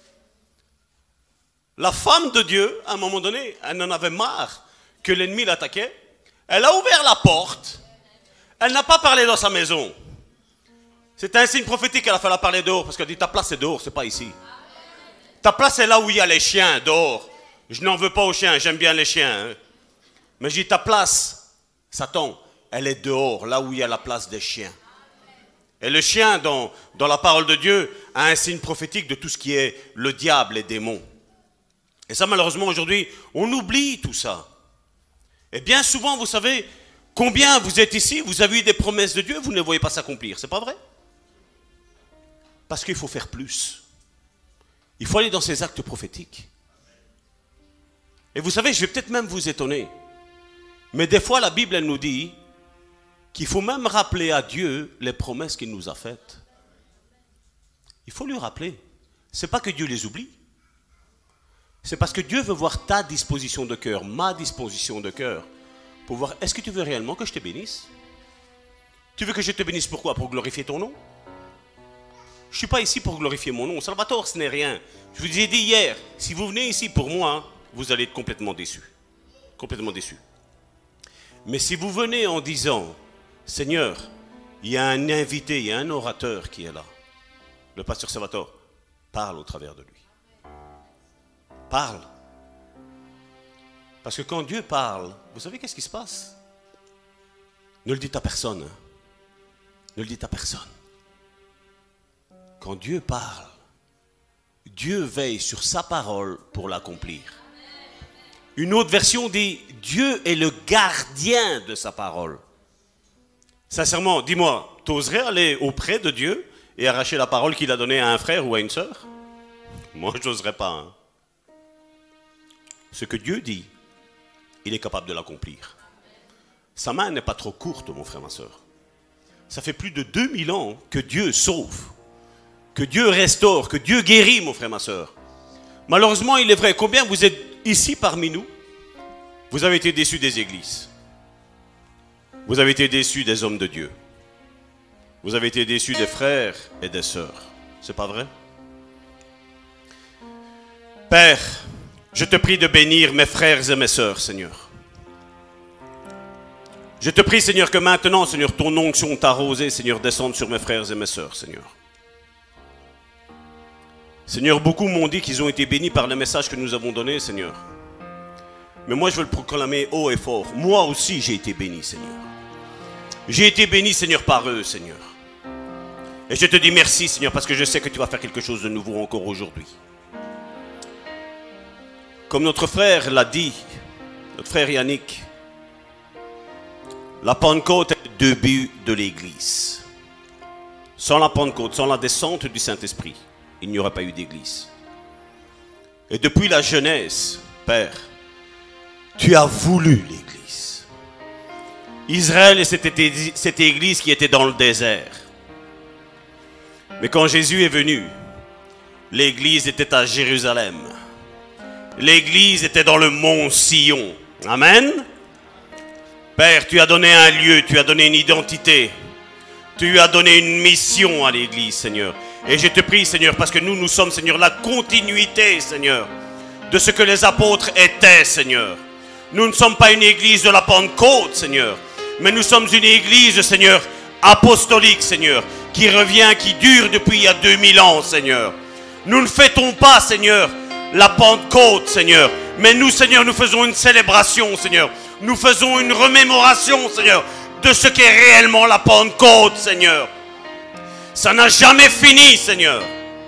La femme de Dieu, à un moment donné, elle en avait marre que l'ennemi l'attaquait. Elle a ouvert la porte. Elle n'a pas parlé dans sa maison. C'est un signe prophétique qu'elle a fallu parler dehors, parce qu'elle dit ta place est dehors, c'est pas ici. Ta place est là où il y a les chiens, dehors. Je n'en veux pas aux chiens, j'aime bien les chiens. Hein. Mais je dis ta place, Satan, elle est dehors, là où il y a la place des chiens. Et le chien, dans la parole de Dieu, a un signe prophétique de tout ce qui est le diable, les démons. Et ça, malheureusement, aujourd'hui, on oublie tout ça. Et bien souvent, vous savez, combien vous êtes ici, vous avez eu des promesses de Dieu, vous ne voyez pas s'accomplir. C'est pas vrai? Parce qu'il faut faire plus. Il faut aller dans ces actes prophétiques. Et vous savez, je vais peut-être même vous étonner. Mais des fois, la Bible, elle nous dit qu'il faut même rappeler à Dieu les promesses qu'il nous a faites. Il faut lui rappeler. Ce n'est pas que Dieu les oublie. C'est parce que Dieu veut voir ta disposition de cœur, ma disposition de cœur, pour voir, est-ce que tu veux réellement que je te bénisse? Tu veux que je te bénisse pourquoi? Pour glorifier ton nom? Je ne suis pas ici pour glorifier mon nom. Salvatore, ce n'est rien. Je vous ai dit hier, si vous venez ici pour moi, vous allez être complètement déçus. Complètement déçus. Mais si vous venez en disant, Seigneur, il y a un invité, il y a un orateur qui est là. Le pasteur Salvatore, parle au travers de lui. Parle. Parce que quand Dieu parle, vous savez qu'est-ce qui se passe? Ne le dites à personne. Hein. Ne le dites à personne. Quand Dieu parle, Dieu veille sur sa parole pour l'accomplir. Une autre version dit, Dieu est le gardien de sa parole. Sincèrement, dis-moi, t'oserais aller auprès de Dieu et arracher la parole qu'il a donnée à un frère ou à une sœur? Moi, je n'oserais pas. Hein. Ce que Dieu dit, il est capable de l'accomplir. Sa main n'est pas trop courte, mon frère, ma sœur. Ça fait plus de 2000 ans que Dieu sauve, que Dieu restaure, que Dieu guérit, mon frère, ma sœur. Malheureusement, il est vrai, combien vous êtes ici parmi nous, vous avez été déçus des églises. Vous avez été déçus des hommes de Dieu. Vous avez été déçus des frères et des sœurs. C'est pas vrai? Père, je te prie de bénir mes frères et mes sœurs, Seigneur. Je te prie, Seigneur, que maintenant, Seigneur, ton onction t'arrosée, Seigneur, descende sur mes frères et mes sœurs, Seigneur. Seigneur, beaucoup m'ont dit qu'ils ont été bénis par le message que nous avons donné, Seigneur. Mais moi, je veux le proclamer haut et fort. Moi aussi, j'ai été béni, Seigneur. J'ai été béni, Seigneur, par eux, Seigneur. Et je te dis merci, Seigneur, parce que je sais que tu vas faire quelque chose de nouveau encore aujourd'hui. Comme notre frère l'a dit, notre frère Yannick, la Pentecôte est le début de l'Église. Sans la Pentecôte, sans la descente du Saint-Esprit, il n'y aurait pas eu d'Église. Et depuis la Genèse, Père, tu as voulu l'Église. Israël, c'était cette Église qui était dans le désert. Mais quand Jésus est venu, l'Église était à Jérusalem. L'Église était dans le mont Sion. Amen. Père, tu as donné un lieu, tu as donné une identité. Tu as donné une mission à l'Église, Seigneur. Et je te prie, Seigneur, parce que nous sommes, Seigneur, la continuité, Seigneur, de ce que les apôtres étaient, Seigneur. Nous ne sommes pas une église de la Pentecôte, Seigneur, mais nous sommes une église, Seigneur, apostolique, Seigneur, qui revient, qui dure depuis il y a 2000 ans, Seigneur. Nous ne fêtons pas, Seigneur, la Pentecôte, Seigneur, mais nous, Seigneur, nous faisons une célébration, Seigneur. Nous faisons une remémoration, Seigneur, de ce qu'est réellement la Pentecôte, Seigneur. Ça n'a jamais fini, Seigneur.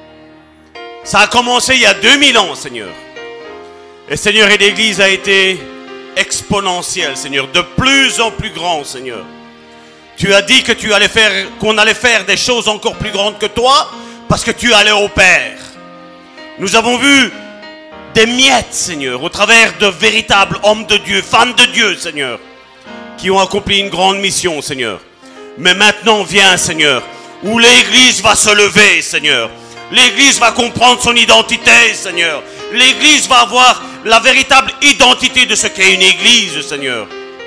Ça a commencé il y a 2000 ans, Seigneur. Et Seigneur, et l'Église a été exponentielle, Seigneur, de plus en plus grand, Seigneur. Tu as dit que qu'on allait faire des choses encore plus grandes que toi, parce que tu allais au Père. Nous avons vu des miettes, Seigneur, au travers de véritables hommes de Dieu, femmes de Dieu, Seigneur, qui ont accompli une grande mission, Seigneur. Mais maintenant vient, Seigneur, où l'Église va se lever, Seigneur. L'Église va comprendre son identité, Seigneur. L'Église va avoir la véritable identité de ce qu'est une Église, Seigneur.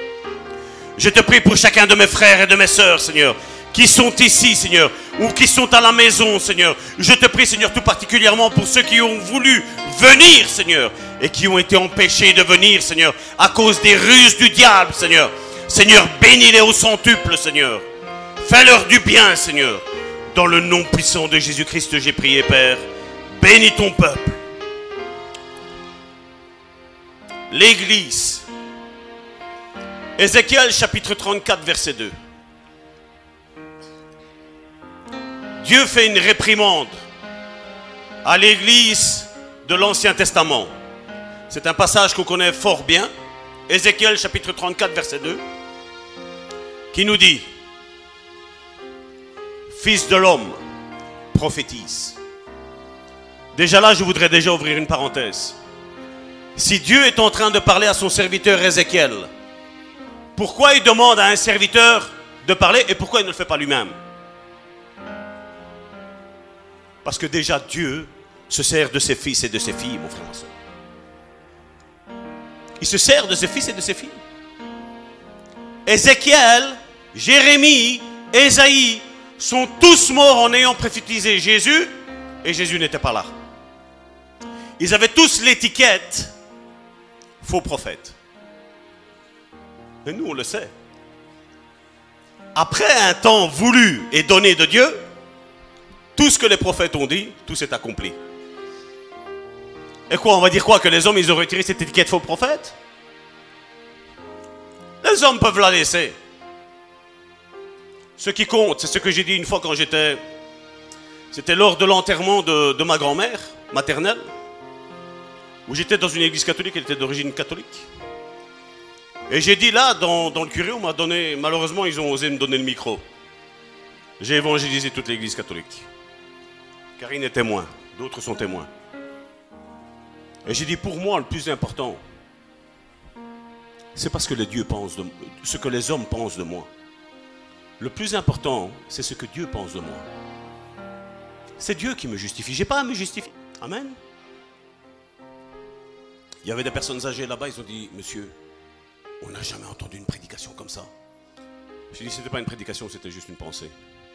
Je te prie pour chacun de mes frères et de mes sœurs, Seigneur, qui sont ici, Seigneur, ou qui sont à la maison, Seigneur. Je te prie, Seigneur, tout particulièrement pour ceux qui ont voulu venir, Seigneur, et qui ont été empêchés de venir, Seigneur, à cause des ruses du diable, Seigneur. Seigneur, bénis-les au centuple, Seigneur. Fais-leur du bien, Seigneur. Dans le nom puissant de Jésus-Christ, j'ai prié, Père. Bénis ton peuple. L'Église. Ézéchiel chapitre 34, verset 2. Dieu fait une réprimande à l'Église de l'Ancien Testament. C'est un passage qu'on connaît fort bien. Ézéchiel chapitre 34, verset 2. Qui nous dit: Fils de l'homme, prophétise. Déjà là, je voudrais déjà ouvrir une parenthèse. Si Dieu est en train de parler à son serviteur Ézéchiel, pourquoi il demande à un serviteur de parler et pourquoi il ne le fait pas lui-même? Parce que déjà Dieu se sert de ses fils et de ses filles, mon frère, ma soeur. Il se sert de ses fils et de ses filles. Ézéchiel, Jérémie, Ésaïe sont tous morts en ayant prophétisé Jésus, et Jésus n'était pas là. Ils avaient tous l'étiquette faux prophète. Et nous, on le sait. Après un temps voulu et donné de Dieu, tout ce que les prophètes ont dit, tout s'est accompli. Et quoi, on va dire quoi? Que les hommes, ils ont retiré cette étiquette faux prophète? Les hommes peuvent la laisser. Ce qui compte, c'est ce que j'ai dit une fois quand j'étais... C'était lors de l'enterrement de ma grand-mère maternelle, où j'étais dans une église catholique, elle était d'origine catholique. Et j'ai dit là, dans le curé, on m'a donné, malheureusement, ils ont osé me donner le micro. J'ai évangélisé toute l'église catholique. Karine est témoin, d'autres sont témoins. Et j'ai dit, pour moi, le plus important, c'est pas ce que les dieux pensent ce que les hommes pensent de moi. Le plus important, c'est ce que Dieu pense de moi. C'est Dieu qui me justifie. J'ai pas à me justifier. Amen. Il y avait des personnes âgées là-bas, ils ont dit, monsieur, on n'a jamais entendu une prédication comme ça. J'ai dit, c'était pas une prédication, c'était juste une pensée.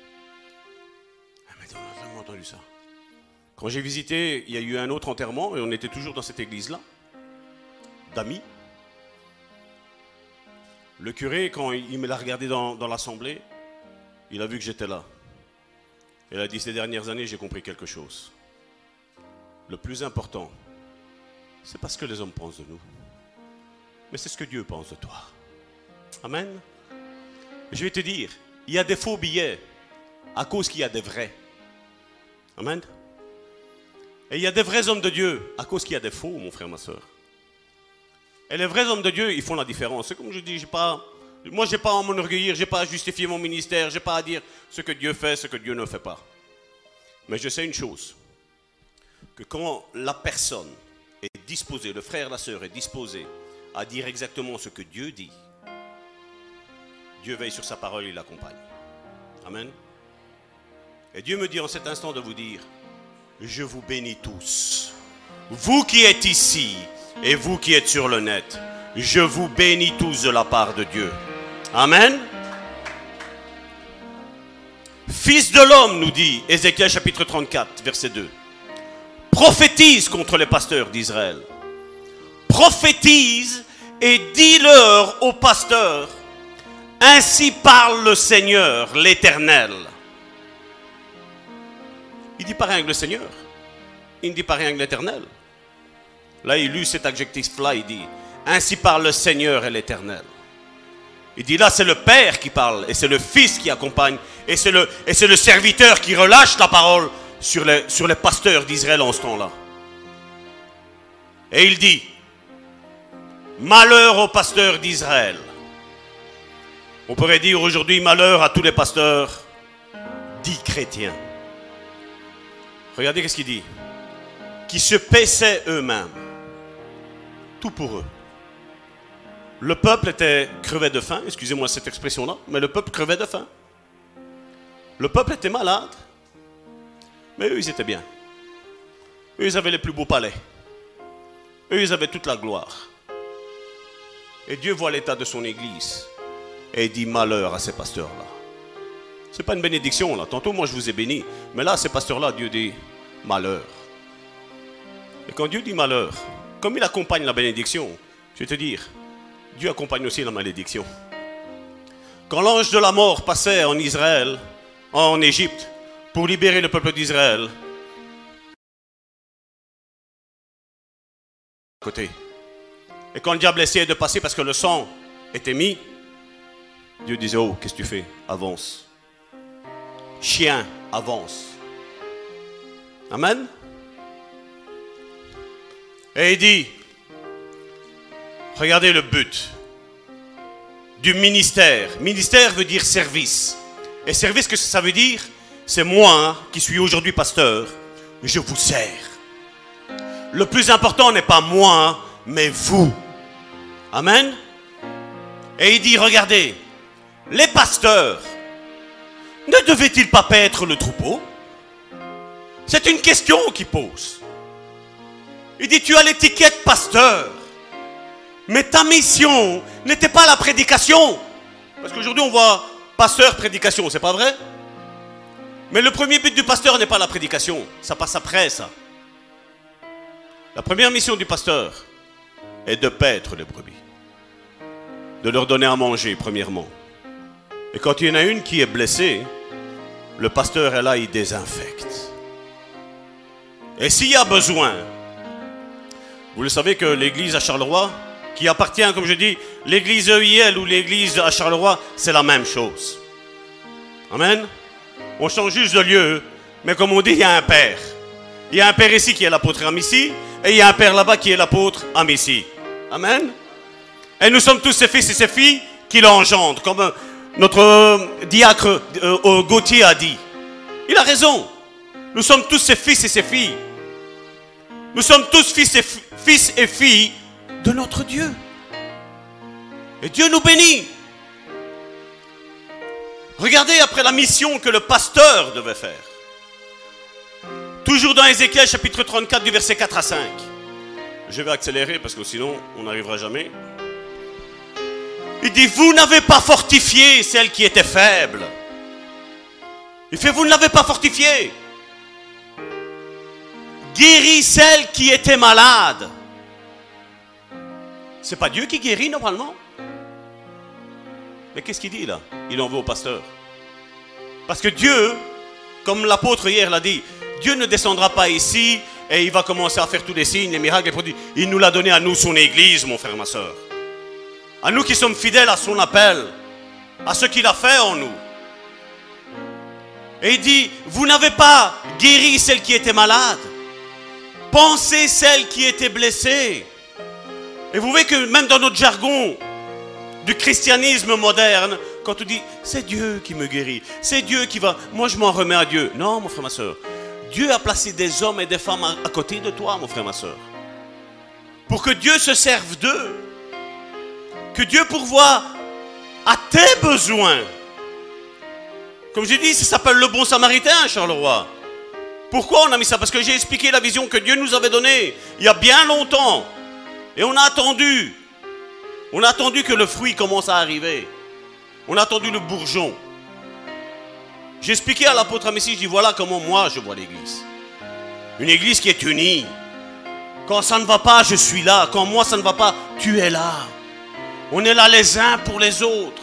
Mais on n'a jamais entendu ça. Quand j'ai visité, il y a eu un autre enterrement et on était toujours dans cette église-là, d'amis. Le curé, quand il me l'a regardé dans l'assemblée, il a vu que j'étais là. Il a dit, ces dernières années, j'ai compris quelque chose. Le plus important, c'est pas ce que les hommes pensent de nous, mais c'est ce que Dieu pense de toi. Amen. Je vais te dire, il y a des faux billets à cause qu'il y a des vrais. Amen. Et il y a des vrais hommes de Dieu à cause qu'il y a des faux, mon frère, ma soeur. Et les vrais hommes de Dieu, ils font la différence. C'est comme je dis, moi, je n'ai pas à m'enorgueillir, je n'ai pas à justifier mon ministère, je n'ai pas à dire ce que Dieu fait, ce que Dieu ne fait pas. Mais je sais une chose, que quand la personne est disposée, le frère, la sœur est disposé à dire exactement ce que Dieu dit, Dieu veille sur sa parole, il l'accompagne. Amen. Et Dieu me dit en cet instant de vous dire, je vous bénis tous. Vous qui êtes ici et vous qui êtes sur le net, je vous bénis tous de la part de Dieu. Amen. Fils de l'homme, nous dit Ézéchiel chapitre 34, verset 2. Prophétise contre les pasteurs d'Israël. Prophétise et dis-leur aux pasteurs, ainsi parle le Seigneur, l'Éternel. Il ne dit pas rien que le Seigneur. Il ne dit pas rien que l'Éternel. Là, il lut cet adjectif-là, il dit, ainsi parle le Seigneur et l'Éternel. Il dit là, c'est le Père qui parle, et c'est le Fils qui accompagne, et c'est le serviteur qui relâche la parole sur les pasteurs d'Israël en ce temps-là. Et il dit, malheur aux pasteurs d'Israël. On pourrait dire aujourd'hui, malheur à tous les pasteurs dits chrétiens. Regardez ce qu'il dit. Qui se paissaient eux-mêmes. Tout pour eux. Le peuple était crevé de faim, excusez-moi cette expression-là, mais le peuple crevait de faim. Le peuple était malade, mais eux, ils étaient bien. Eux, ils avaient les plus beaux palais. Eux, ils avaient toute la gloire. Et Dieu voit l'état de son église et il dit malheur à ces pasteurs-là. Ce n'est pas une bénédiction, là. Tantôt, moi, je vous ai béni, mais là, ces pasteurs-là, Dieu dit malheur. Et quand Dieu dit malheur, comme il accompagne la bénédiction, je vais te dire, Dieu accompagne aussi la malédiction. Quand l'ange de la mort passait en Israël, en Égypte, pour libérer le peuple d'Israël, côté. Et quand le diable essayait de passer parce que le sang était mis, Dieu disait, oh, qu'est-ce que tu fais? Avance. Chien, avance. Amen. Et il dit, regardez le but du ministère. Ministère veut dire service. Et service, qu'est-ce que ça veut dire? C'est moi qui suis aujourd'hui pasteur, je vous sers. Le plus important n'est pas moi, mais vous. Amen. Et il dit, regardez, les pasteurs, ne devaient-ils pas paître le troupeau? C'est une question qu'il pose. Il dit, tu as l'étiquette pasteur, mais ta mission n'était pas la prédication. Parce qu'aujourd'hui on voit pasteur, prédication, c'est pas vrai? Mais le premier but du pasteur n'est pas la prédication, ça passe après ça. La première mission du pasteur est de paître les brebis. De leur donner à manger, premièrement. Et quand il y en a une qui est blessée, le pasteur est là, il désinfecte. Et s'il y a besoin, vous le savez que l'église à Charleroi, qui appartient, comme je dis, l'église EIL ou l'église à Charleroi, c'est la même chose. Amen. On change juste de lieu, mais comme on dit, il y a un père. Il y a un père ici qui est l'apôtre Amici, et il y a un père là-bas qui est l'apôtre Amici. Amen. Et nous sommes tous ses fils et ses filles qui l'engendrent, comme notre diacre Gauthier a dit. Il a raison. Nous sommes tous ses fils et ses filles. Nous sommes tous fils et filles de notre Dieu. Et Dieu nous bénit. Regardez après la mission que le pasteur devait faire. Toujours dans Ézéchiel chapitre 34 du verset 4 à 5. Je vais accélérer parce que sinon on n'arrivera jamais. Il dit, vous n'avez pas fortifié celle qui était faible. Il fait, vous ne l'avez pas fortifiée. Guéris celle qui était malade. C'est pas Dieu qui guérit normalement. Mais qu'est-ce qu'il dit là? Il en veut au pasteur. Parce que Dieu, comme l'apôtre hier l'a dit, Dieu ne descendra pas ici et il va commencer à faire tous les signes, les miracles, les produits. Il nous l'a donné à nous, son église, mon frère, ma soeur. À nous qui sommes fidèles à son appel, à ce qu'il a fait en nous. Et il dit, vous n'avez pas guéri celle qui était malade. Pensez celle qui était blessée. Et vous voyez que même dans notre jargon du christianisme moderne, quand on dit, c'est Dieu qui me guérit, c'est Dieu qui va, moi je m'en remets à Dieu. Non, mon frère, ma soeur. Dieu a placé des hommes et des femmes à côté de toi, mon frère, ma soeur. Pour que Dieu se serve d'eux. Que Dieu pourvoie à tes besoins. Comme j'ai dit, ça s'appelle le bon samaritain, Charleroi. Pourquoi on a mis ça? Parce que j'ai expliqué la vision que Dieu nous avait donnée il y a bien longtemps. Et on a attendu. On a attendu que le fruit commence à arriver. On a attendu le bourgeon. J'ai expliqué à l'apôtre Amici, je dis voilà comment moi je vois l'église. Une église qui est unie. Quand ça ne va pas, je suis là. Quand moi ça ne va pas, tu es là. On est là les uns pour les autres.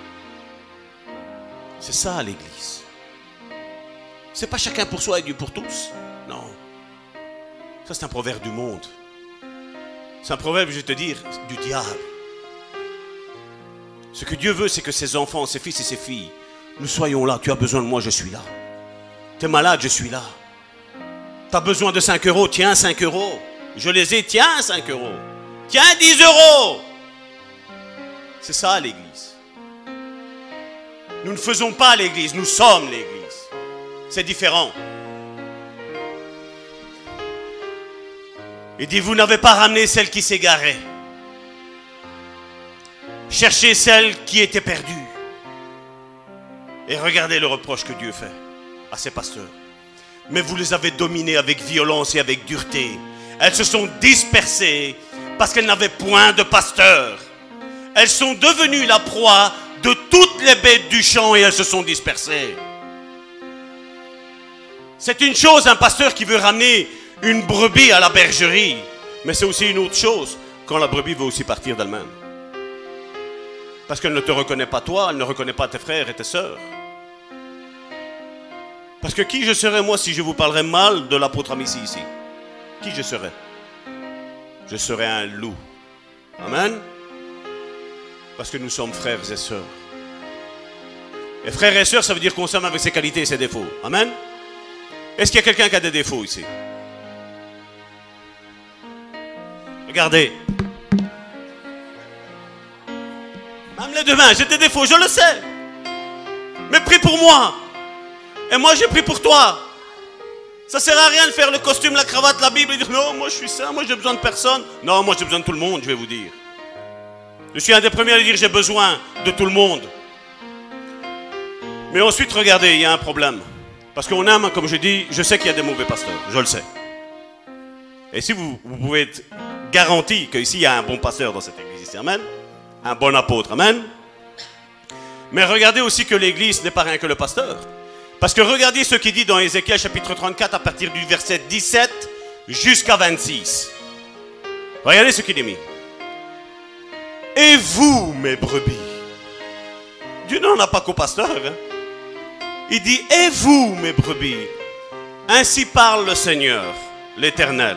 C'est ça l'église. C'est pas chacun pour soi et Dieu pour tous. Non. Ça c'est un proverbe du monde. C'est un proverbe, je vais te dire, du diable. Ce que Dieu veut, c'est que ses enfants, ses fils et ses filles, nous soyons là. Tu as besoin de moi, je suis là. Tu es malade, je suis là. Tu as besoin de 5 euros, tiens 5 euros. Je les ai, tiens 5 euros. Tiens 10 euros. C'est ça l'église. Nous ne faisons pas l'église, nous sommes l'église. C'est différent. Il dit, vous n'avez pas ramené celle qui s'égarait. Cherchez celle qui était perdue. Et regardez le reproche que Dieu fait à ses pasteurs. Mais vous les avez dominés avec violence et avec dureté. Elles se sont dispersées parce qu'elles n'avaient point de pasteur. Elles sont devenues la proie de toutes les bêtes du champ et elles se sont dispersées. C'est une chose, un pasteur qui veut ramener une brebis à la bergerie. Mais c'est aussi une autre chose quand la brebis veut aussi partir d'elle-même. Parce qu'elle ne te reconnaît pas toi, elle ne reconnaît pas tes frères et tes sœurs. Parce que qui je serais moi si je vous parlerais mal de l'apôtre Amici ici? Qui je serais? Je serais un loup. Amen. Parce que nous sommes frères et sœurs. Et frères et sœurs, ça veut dire qu'on s'aime avec ses qualités et ses défauts. Amen. Est-ce qu'il y a quelqu'un qui a des défauts ici? Regardez. Même les deux mains, j'ai des défauts, je le sais. Mais prie pour moi. Et moi j'ai pris pour toi. Ça ne sert à rien de faire le costume, la cravate, la Bible et dire non, moi je suis saint, moi j'ai besoin de personne. Non, moi j'ai besoin de tout le monde, je vais vous dire. Je suis un des premiers à dire j'ai besoin de tout le monde. Mais ensuite, regardez, il y a un problème. Parce qu'on aime, comme je dis, je sais qu'il y a des mauvais pasteurs, je le sais. Et si vous pouvez être garanti qu'ici il y a un bon pasteur dans cette église ici, amen. Un bon apôtre, amen. Mais regardez aussi que l'église n'est pas rien que le pasteur. Parce que regardez ce qu'il dit dans Ézéchiel chapitre 34 à partir du verset 17 jusqu'à 26. Regardez ce qu'il est mis. Et vous, mes brebis. Dieu n'en a pas qu'au pasteur. Hein? Il dit, et vous, mes brebis. Ainsi parle le Seigneur, l'Éternel.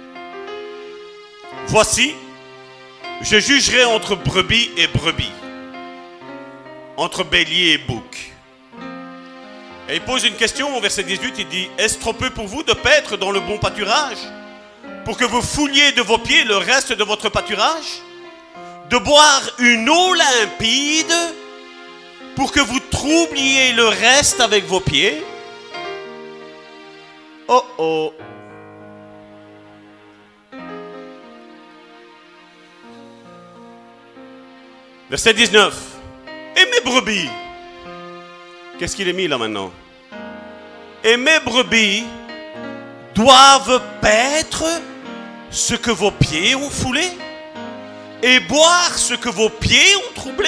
Voici, je jugerai entre brebis et brebis. Entre bélier et bouc. Et il pose une question au verset 18, il dit, est-ce trop peu pour vous de paître dans le bon pâturage, pour que vous fouliez de vos pieds le reste de votre pâturage? de boire une eau limpide pour que vous troubliez le reste avec vos pieds? Oh oh. Verset 19. Et mes brebis. Qu'est-ce qu'il est mis là maintenant? Et mes brebis doivent paître ce que vos pieds ont foulé et boire ce que vos pieds ont troublé.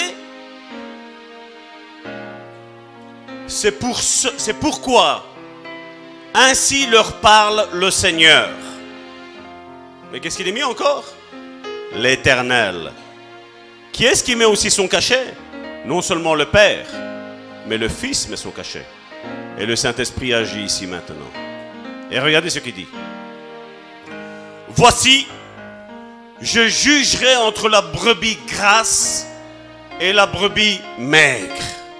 C'est pourquoi ainsi leur parle le Seigneur. Mais qu'est-ce qu'il est mis encore? L'Éternel. Qui est-ce qui met aussi son cachet? Non seulement le Père, mais le Fils met son cachet. Et le Saint-Esprit agit ici maintenant. Et regardez ce qu'il dit. Voici, je jugerai entre la brebis grasse et la brebis maigre.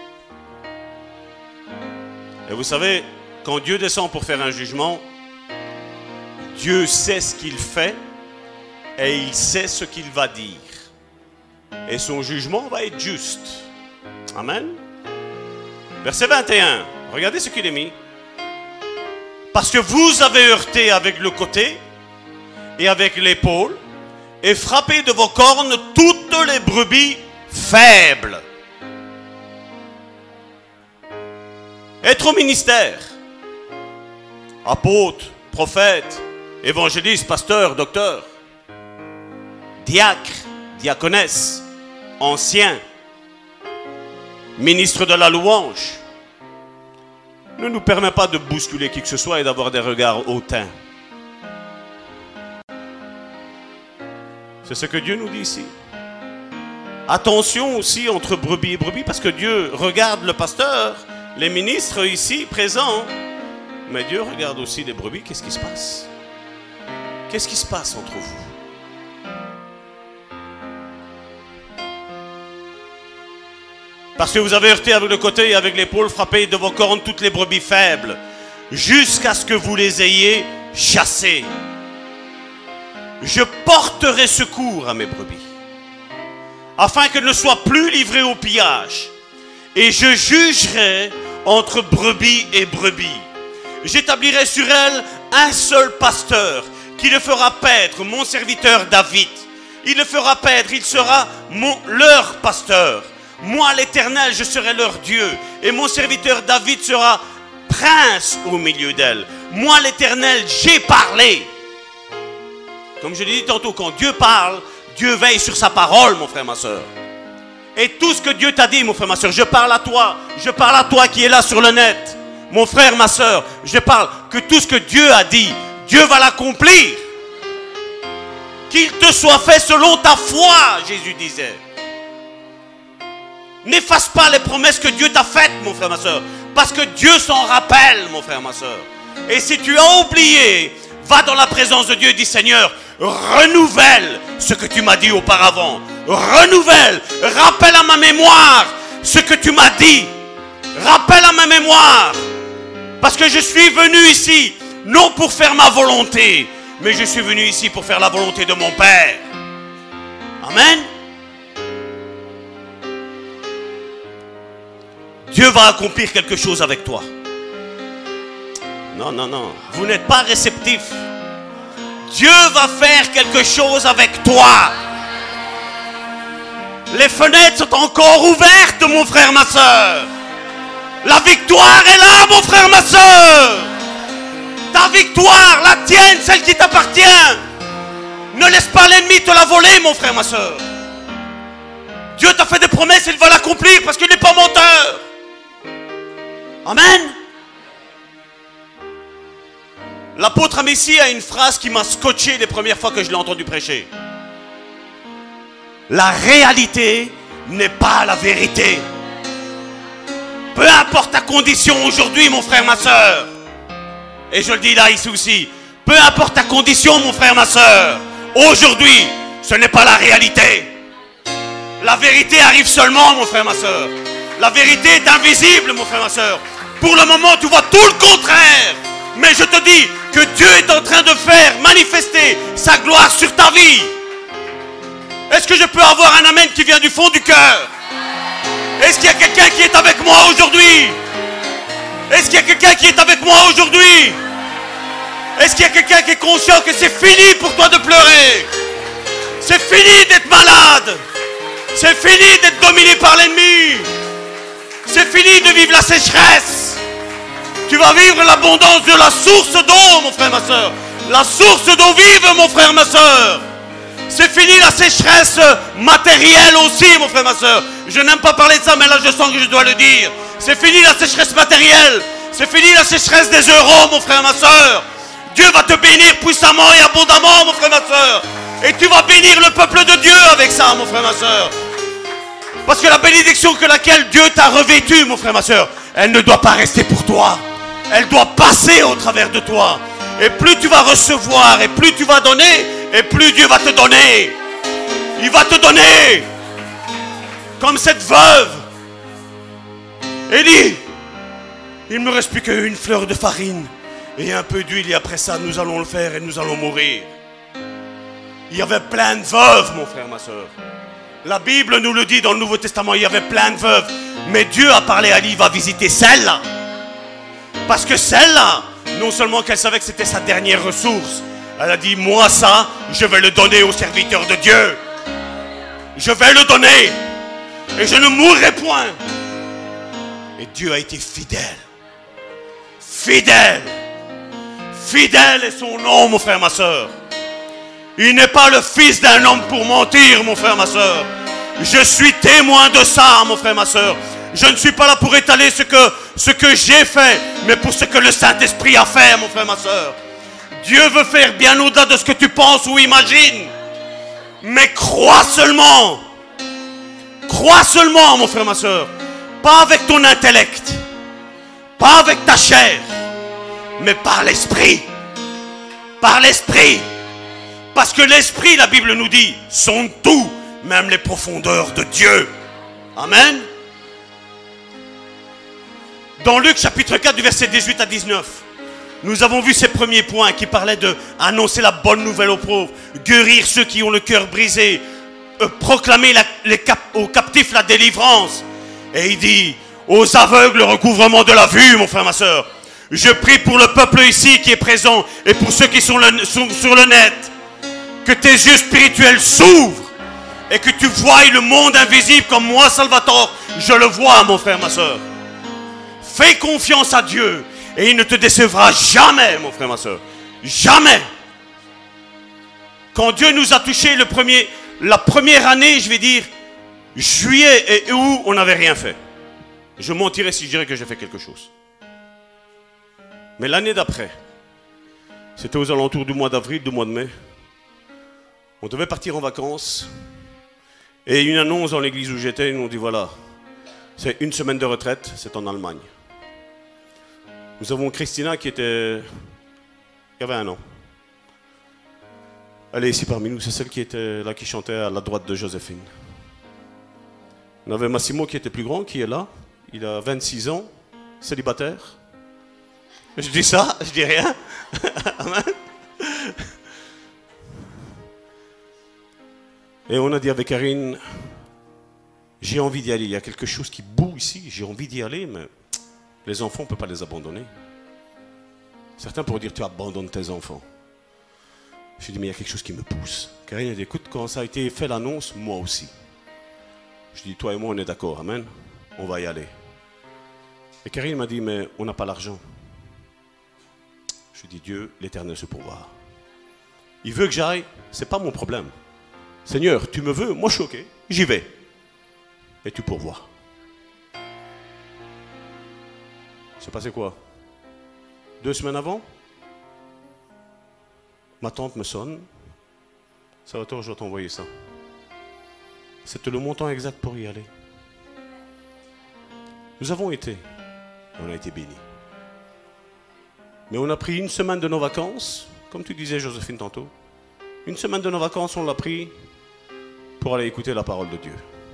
Et vous savez, quand Dieu descend pour faire un jugement, Dieu sait ce qu'il fait et il sait ce qu'il va dire. Et son jugement va être juste. Amen. Verset 21. Regardez ce qu'il est mis. Parce que vous avez heurté avec le côté et avec l'épaule et frappé de vos cornes toutes les brebis faibles. Être au ministère, apôtre, prophète, évangéliste, pasteur, docteur, diacre, diaconesse, ancien, ministre de la louange, ne nous permet pas de bousculer qui que ce soit et d'avoir des regards hautains. C'est ce que Dieu nous dit ici. Attention aussi entre brebis et brebis, parce que Dieu regarde le pasteur, les ministres ici présents, mais Dieu regarde aussi les brebis. Qu'est-ce qui se passe? Qu'est-ce qui se passe entre vous? Parce que vous avez heurté avec le côté et avec l'épaule, frappé de vos cornes toutes les brebis faibles, jusqu'à ce que vous les ayez chassées. Je porterai secours à mes brebis, afin qu'elles ne soient plus livrées au pillage. Et je jugerai entre brebis et brebis. J'établirai sur elles un seul pasteur, qui le fera paître, mon serviteur David. Il le fera paître, il sera leur pasteur. Moi, l'Éternel, je serai leur Dieu, et mon serviteur David sera prince au milieu d'elles. Moi, l'Éternel, j'ai parlé. Comme je l'ai dit tantôt, quand Dieu parle, Dieu veille sur sa parole, mon frère, ma soeur. Et tout ce que Dieu t'a dit, mon frère, ma soeur, je parle à toi qui est là sur le net. Mon frère, ma soeur, je parle que tout ce que Dieu a dit, Dieu va l'accomplir. Qu'il te soit fait selon ta foi, Jésus disait. N'efface pas les promesses que Dieu t'a faites, mon frère, ma soeur. Parce que Dieu s'en rappelle, mon frère, ma soeur. Et si tu as oublié, va dans la présence de Dieu et dis, Seigneur, renouvelle ce que tu m'as dit auparavant. Renouvelle, rappelle à ma mémoire ce que tu m'as dit. Rappelle à ma mémoire. Parce que je suis venu ici, non pour faire ma volonté, mais je suis venu ici pour faire la volonté de mon Père. Amen. Dieu va accomplir quelque chose avec toi. Non, non, non. Vous n'êtes pas réceptif. Dieu va faire quelque chose avec toi. Les fenêtres sont encore ouvertes, mon frère, ma soeur. La victoire est là, mon frère, ma soeur. Ta victoire, la tienne, celle qui t'appartient. Ne laisse pas l'ennemi te la voler, mon frère, ma soeur. Dieu t'a fait des promesses, il va l'accomplir parce qu'il n'est pas menteur. Amen. L'apôtre Amici a une phrase qui m'a scotché les premières fois que je l'ai entendu prêcher. La réalité n'est pas la vérité. Peu importe ta condition aujourd'hui, mon frère, ma soeur. Et je le dis là, ici aussi. Peu importe ta condition, mon frère, ma soeur. Aujourd'hui, ce n'est pas la réalité. La vérité arrive seulement, mon frère, ma soeur. La vérité est invisible, mon frère, ma soeur. Pour le moment, tu vois tout le contraire. Mais je te dis que Dieu est en train de faire manifester sa gloire sur ta vie. Est-ce que je peux avoir un amen qui vient du fond du cœur? Est-ce qu'il y a quelqu'un qui est avec moi aujourd'hui? Est-ce qu'il y a quelqu'un qui est avec moi aujourd'hui? Est-ce qu'il y a quelqu'un qui est conscient que c'est fini pour toi de pleurer? C'est fini d'être malade. C'est fini d'être dominé par l'ennemi. C'est fini de vivre la sécheresse. Tu vas vivre l'abondance de la source d'eau, mon frère, ma soeur. La source d'eau vive, mon frère, ma soeur. C'est fini la sécheresse matérielle aussi, mon frère, ma soeur. Je n'aime pas parler de ça, mais là je sens que je dois le dire. C'est fini la sécheresse matérielle. C'est fini la sécheresse des euros, mon frère, ma soeur. Dieu va te bénir puissamment et abondamment, mon frère, ma soeur. Et tu vas bénir le peuple de Dieu avec ça, mon frère, ma soeur. Parce que la bénédiction que laquelle Dieu t'a revêtu, mon frère, ma soeur, elle ne doit pas rester pour toi. Elle doit passer au travers de toi. Et plus tu vas recevoir, et plus tu vas donner, et plus Dieu va te donner. Il va te donner. Comme cette veuve. Élie, il ne me reste plus qu'une fleur de farine et un peu d'huile, et après ça, nous allons le faire et nous allons mourir. Il y avait plein de veuves, mon frère, ma soeur. La Bible nous le dit dans le Nouveau Testament, il y avait plein de veuves. Mais Dieu a parlé à Élie, il va visiter celle-là. Parce que celle-là, non seulement qu'elle savait que c'était sa dernière ressource, elle a dit, moi ça, je vais le donner aux serviteurs de Dieu. Je vais le donner. Et je ne mourrai point. Et Dieu a été fidèle. Fidèle. Fidèle est son nom, mon frère, ma soeur. Il n'est pas le fils d'un homme pour mentir, mon frère, ma soeur. Je suis témoin de ça, mon frère, ma soeur. Je ne suis pas là pour étaler ce que j'ai fait, mais pour ce que le Saint-Esprit a fait, mon frère, ma soeur. Dieu veut faire bien au-delà de ce que tu penses ou imagines. Mais crois seulement. Crois seulement, mon frère, ma soeur. Pas avec ton intellect. Pas avec ta chair. Mais par l'Esprit. Par l'Esprit. Parce que l'Esprit, la Bible nous dit, sonde tout, même les profondeurs de Dieu. Amen. Dans Luc chapitre 4 du verset 18 à 19, nous avons vu ces premiers points qui parlaient de annoncer la bonne nouvelle aux pauvres, guérir ceux qui ont le cœur brisé, proclamer aux captifs la délivrance. Et il dit, aux aveugles le recouvrement de la vue, mon frère, ma soeur. Je prie pour le peuple ici qui est présent et pour ceux qui sont sur le net. Que tes yeux spirituels s'ouvrent et que tu voies le monde invisible comme moi, Salvatore, je le vois, mon frère, ma soeur. Fais confiance à Dieu et il ne te décevra jamais, mon frère, ma soeur. Jamais. Quand Dieu nous a touchés la première année, je vais dire, juillet et août, on n'avait rien fait. Je mentirais si je dirais que j'ai fait quelque chose. Mais l'année d'après, c'était aux alentours du mois d'avril, du mois de mai. On devait partir en vacances. Et une annonce dans l'église où j'étais, ils nous ont dit voilà, c'est une semaine de retraite, c'est en Allemagne. Nous avons Christina qui avait 1 an. Elle est ici parmi nous, c'est celle qui était là, qui chantait à la droite de Joséphine. On avait Massimo qui était plus grand, qui est là. Il a 26 ans, célibataire. Je dis ça, je dis rien. Amen. Et on a dit avec Karine, j'ai envie d'y aller. Il y a quelque chose qui boue ici, j'ai envie d'y aller, mais les enfants, on ne peut pas les abandonner. Certains pourraient dire, tu abandonnes tes enfants. Je dis, mais il y a quelque chose qui me pousse. Karine a dit, écoute, quand ça a été fait l'annonce, moi aussi. Je dis, toi et moi, on est d'accord, amen. On va y aller. Et Karine m'a dit, mais on n'a pas l'argent. Je dis, Dieu, l'Éternel se pourvoira. Il veut que j'aille, c'est pas mon problème. Seigneur, tu me veux, moi je suis ok, j'y vais. Et tu pourvois. C'est passé quoi? 2 semaines avant, ma tante me sonne. Salvatore, je vais t'envoyer ça. C'était le montant exact pour y aller. Nous avons été. On a été bénis. Mais on a pris 1 semaine de nos vacances, comme tu disais Joséphine tantôt. 1 semaine de nos vacances, on l'a pris pour aller écouter la parole de Dieu.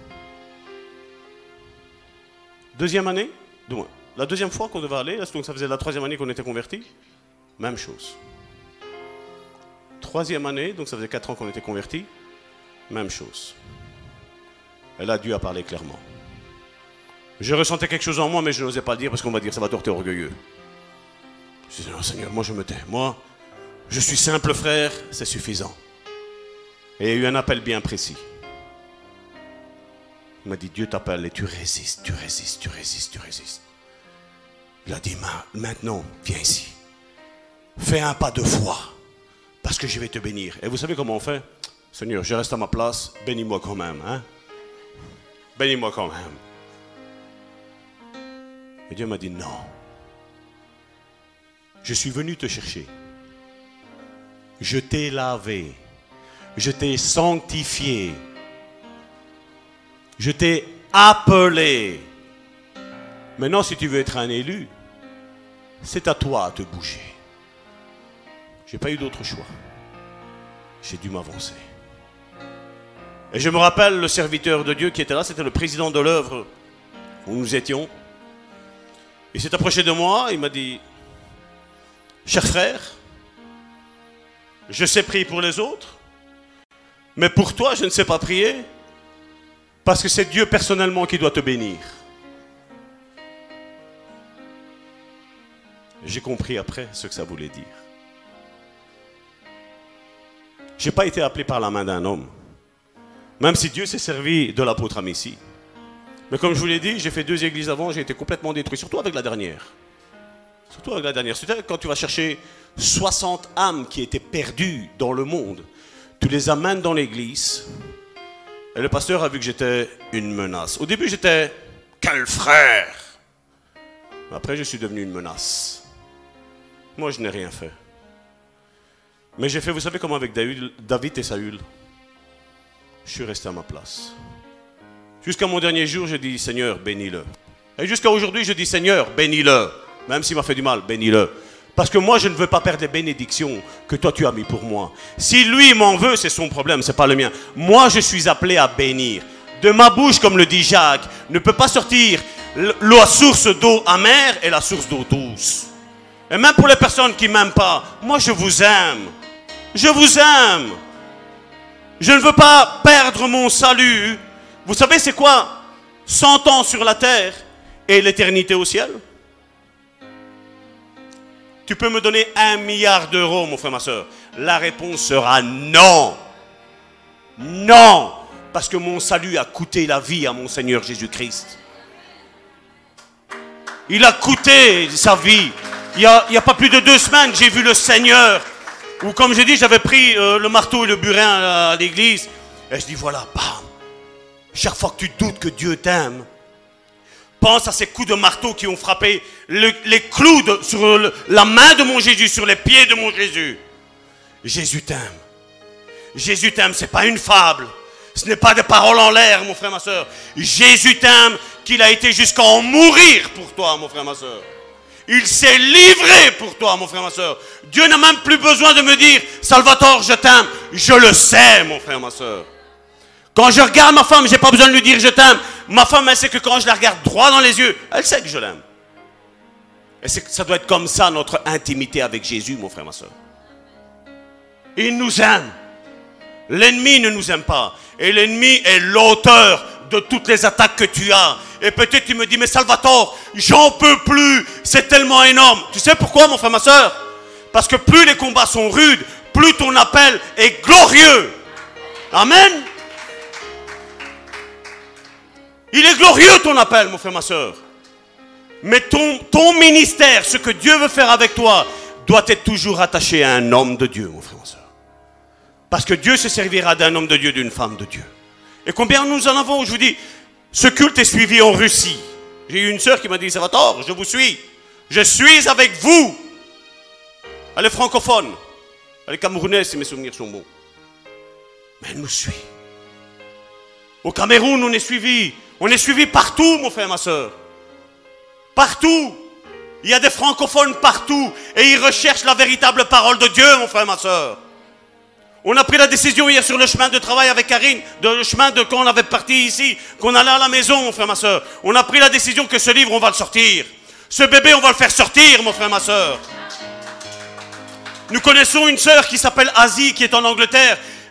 Deuxième année, la deuxième fois qu'on devait aller, donc ça faisait la 3e année qu'on était convertis, même chose. 3e année, donc ça faisait 4 ans qu'on était convertis, Même chose. Elle a dû parler clairement. Je ressentais quelque chose en moi, mais je n'osais pas le dire parce qu'on va dire, Salvatore, t'es orgueilleux. Je disais, non Seigneur, moi je me tais. Moi, je suis simple frère, c'est suffisant. Et il y a eu un appel bien précis. Il m'a dit, Dieu t'appelle et tu résistes, tu résistes, tu résistes, tu résistes. Il a dit, maintenant, viens ici. Fais un pas de foi, parce que je vais te bénir. Et vous savez comment on fait? Seigneur, je reste à ma place, bénis-moi quand même. Hein? Bénis-moi quand même. Et Dieu m'a dit, non. Je suis venu te chercher. Je t'ai lavé. Je t'ai sanctifié. Je t'ai appelé. Maintenant, si tu veux être un élu, c'est à toi de bouger. Je n'ai pas eu d'autre choix. J'ai dû m'avancer. Et je me rappelle le serviteur de Dieu qui était là, c'était le président de l'œuvre où nous étions. Il s'est approché de moi, il m'a dit, cher frère, je sais prier pour les autres, mais pour toi, je ne sais pas prier, parce que c'est Dieu personnellement qui doit te bénir. J'ai compris après ce que ça voulait dire. Je n'ai pas été appelé par la main d'un homme, même si Dieu s'est servi de l'apôtre Amici. Mais comme je vous l'ai dit, j'ai fait 2 églises avant, j'ai été complètement détruit, surtout avec la dernière. Surtout avec la dernière. C'était quand tu vas chercher 60 âmes qui étaient perdues dans le monde, tu les amènes dans l'église, et le pasteur a vu que j'étais une menace. Au début, j'étais, quel frère! Après, je suis devenu une menace. Moi, je n'ai rien fait. Mais j'ai fait, vous savez comment avec David et Saül? Je suis resté à ma place. Jusqu'à mon dernier jour, je dis, Seigneur, bénis-le. Et jusqu'à aujourd'hui, je dis, Seigneur, bénis-le. Même s'il m'a fait du mal, bénis-le. Parce que moi, je ne veux pas perdre les bénédictions que toi, tu as mis pour moi. Si lui m'en veut, c'est son problème, ce n'est pas le mien. Moi, je suis appelé à bénir. De ma bouche, comme le dit Jacques, ne peut pas sortir la source d'eau amère et la source d'eau douce. Et même pour les personnes qui ne m'aiment pas, moi, je vous aime. Je vous aime. Je ne veux pas perdre mon salut. Vous savez c'est quoi 100 ans sur la terre et l'éternité au ciel? Tu peux me donner 1 milliard d'euros, mon frère, ma soeur. La réponse sera non. Non. Parce que mon salut a coûté la vie à mon Seigneur Jésus-Christ. Il a coûté sa vie. Il y a pas plus de 2 semaines, j'ai vu le Seigneur. Ou comme j'ai dit, j'avais pris le marteau et le burin à l'église. Et je dis, voilà, bam. Chaque fois que tu doutes que Dieu t'aime, pense à ces coups de marteau qui ont frappé les clous sur la main de mon Jésus, sur les pieds de mon Jésus. Jésus t'aime. Jésus t'aime, ce n'est pas une fable. Ce n'est pas des paroles en l'air, mon frère, ma soeur. Jésus t'aime, qu'il a été jusqu'à en mourir pour toi, mon frère, ma soeur. Il s'est livré pour toi, mon frère, ma soeur. Dieu n'a même plus besoin de me dire, Salvatore, je t'aime. Je le sais, mon frère, ma soeur. Quand je regarde ma femme, je n'ai pas besoin de lui dire je t'aime. Ma femme, elle sait que quand je la regarde droit dans les yeux, elle sait que je l'aime. Et ça doit être comme ça notre intimité avec Jésus, mon frère, ma soeur. Il nous aime. L'ennemi ne nous aime pas. Et l'ennemi est l'auteur de toutes les attaques que tu as. Et peut-être tu me dis, mais Salvatore, j'en peux plus. C'est tellement énorme. Tu sais pourquoi, mon frère, ma soeur? Parce que plus les combats sont rudes, plus ton appel est glorieux. Amen. Il est glorieux ton appel, mon frère, ma soeur. Mais ton ministère, ce que Dieu veut faire avec toi, doit être toujours attaché à un homme de Dieu, mon frère, ma soeur. Parce que Dieu se servira d'un homme de Dieu, d'une femme de Dieu. Et combien nous en avons? Je vous dis, ce culte est suivi en Russie. J'ai eu une sœur qui m'a dit, Salvatore, je vous suis. Je suis avec vous. Elle est francophone. Elle est camerounaise, si mes souvenirs sont bons. Mais elle nous suit. Au Cameroun, on est suivi. On est suivi partout, mon frère, ma soeur. Partout. Il y a des francophones partout. Et ils recherchent la véritable parole de Dieu, mon frère, ma soeur. On a pris la décision hier sur le chemin de travail avec Karine, le chemin de quand on avait parti ici, qu'on allait à la maison, mon frère, ma soeur. On a pris la décision que ce livre, on va le sortir. Ce bébé, on va le faire sortir, mon frère, ma soeur. Nous connaissons une sœur qui s'appelle Asie, qui est en Angleterre.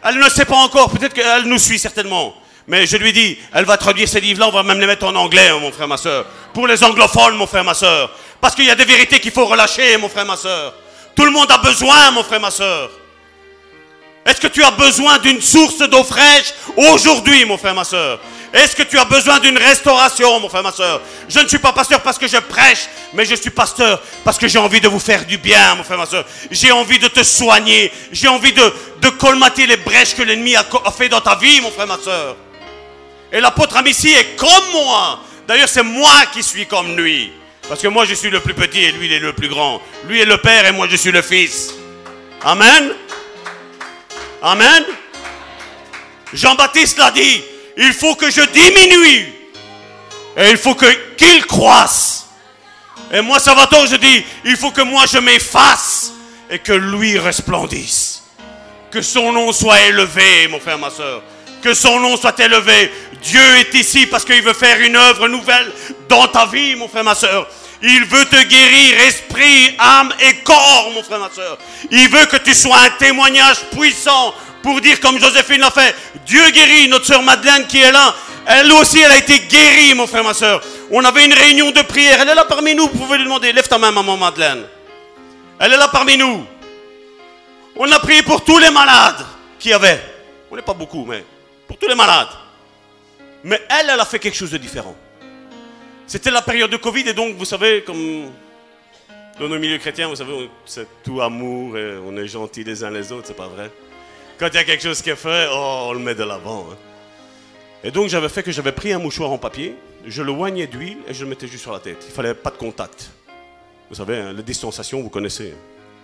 Elle ne sait pas encore, peut-être qu'elle nous suit certainement. Mais je lui dis, elle va traduire ces livres-là, on va même les mettre en anglais, mon frère, ma soeur. Pour les anglophones, mon frère, ma soeur. Parce qu'il y a des vérités qu'il faut relâcher, mon frère, ma soeur. Tout le monde a besoin, mon frère, ma soeur. Est-ce que tu as besoin d'une source d'eau fraîche aujourd'hui, mon frère, ma soeur? Est-ce que tu as besoin d'une restauration, mon frère, ma soeur? Je ne suis pas pasteur parce que je prêche, mais je suis pasteur parce que j'ai envie de vous faire du bien, mon frère, ma soeur. J'ai envie de te soigner. J'ai envie de colmater les brèches que l'ennemi a fait dans ta vie, mon frère, ma soeur. Et l'apôtre Amici est comme moi. D'ailleurs, c'est moi qui suis comme lui. Parce que moi, je suis le plus petit et lui, il est le plus grand. Lui est le père et moi, je suis le fils. Amen. Amen. Jean-Baptiste l'a dit. Il faut que je diminue. Et il faut qu'il croisse. Et moi, Salvatore, je dis, il faut que moi, je m'efface. Et que lui resplendisse. Que son nom soit élevé, mon frère, ma soeur. Que son nom soit élevé. Dieu est ici parce qu'il veut faire une œuvre nouvelle dans ta vie, mon frère, ma soeur. Il veut te guérir, esprit, âme et corps, mon frère, ma soeur. Il veut que tu sois un témoignage puissant pour dire comme Joséphine l'a fait. Dieu guérit notre sœur Madeleine qui est là. Elle aussi, elle a été guérie, mon frère, ma soeur. On avait une réunion de prière. Elle est là parmi nous. Vous pouvez lui demander. Lève ta main, maman Madeleine. Elle est là parmi nous. On a prié pour tous les malades qu'il y avait. On n'est pas beaucoup, mais pour tous les malades. Mais elle a fait quelque chose de différent. C'était la période de Covid et donc, vous savez, comme dans nos milieux chrétiens, vous savez, c'est tout amour et on est gentils les uns les autres, c'est pas vrai. Quand il y a quelque chose qui est fait, oh, on le met de l'avant. Hein. Et donc, j'avais pris un mouchoir en papier, je le oignais d'huile et je le mettais juste sur la tête. Il fallait pas de contact. Vous savez, hein, la distanciation, vous connaissez.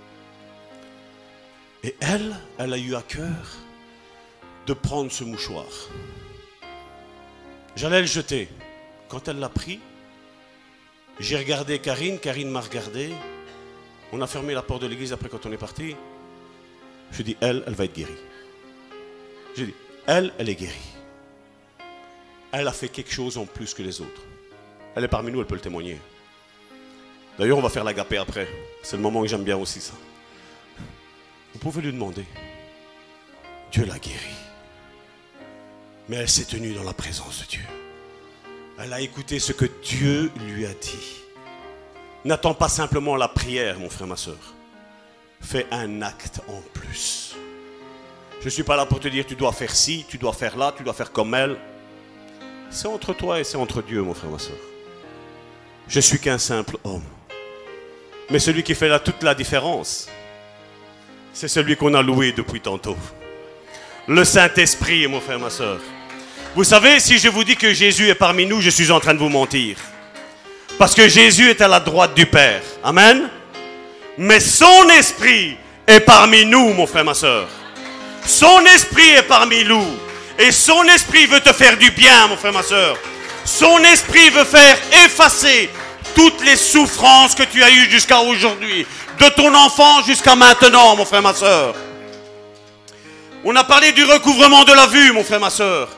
Et elle a eu à cœur de prendre ce mouchoir. J'allais le jeter. Quand elle l'a pris, j'ai regardé Karine m'a regardé. On a fermé la porte de l'église après quand on est parti. Je dis, elle va être guérie. J'ai dit, elle est guérie. Elle a fait quelque chose en plus que les autres. Elle est parmi nous, elle peut le témoigner. D'ailleurs, on va faire l'agapé après. C'est le moment que j'aime bien aussi ça. Vous pouvez lui demander. Dieu l'a guérie. Mais elle s'est tenue dans la présence de Dieu. Elle a écouté ce que Dieu lui a dit. N'attends pas simplement la prière, mon frère, ma soeur. Fais un acte en plus. Je ne suis pas là pour te dire tu dois faire ci, tu dois faire là, tu dois faire comme elle. C'est entre toi et c'est entre Dieu, mon frère, ma soeur. Je suis qu'un simple homme. Mais celui qui fait toute la différence, c'est celui qu'on a loué depuis tantôt. Le Saint-Esprit, mon frère, ma soeur. Vous savez, si je vous dis que Jésus est parmi nous, je suis en train de vous mentir. Parce que Jésus est à la droite du Père. Amen. Mais son esprit est parmi nous, mon frère, ma soeur. Son esprit est parmi nous. Et son esprit veut te faire du bien, mon frère, ma soeur. Son esprit veut faire effacer toutes les souffrances que tu as eues jusqu'à aujourd'hui. De ton enfant jusqu'à maintenant, mon frère, ma soeur. On a parlé du recouvrement de la vue, mon frère, ma soeur.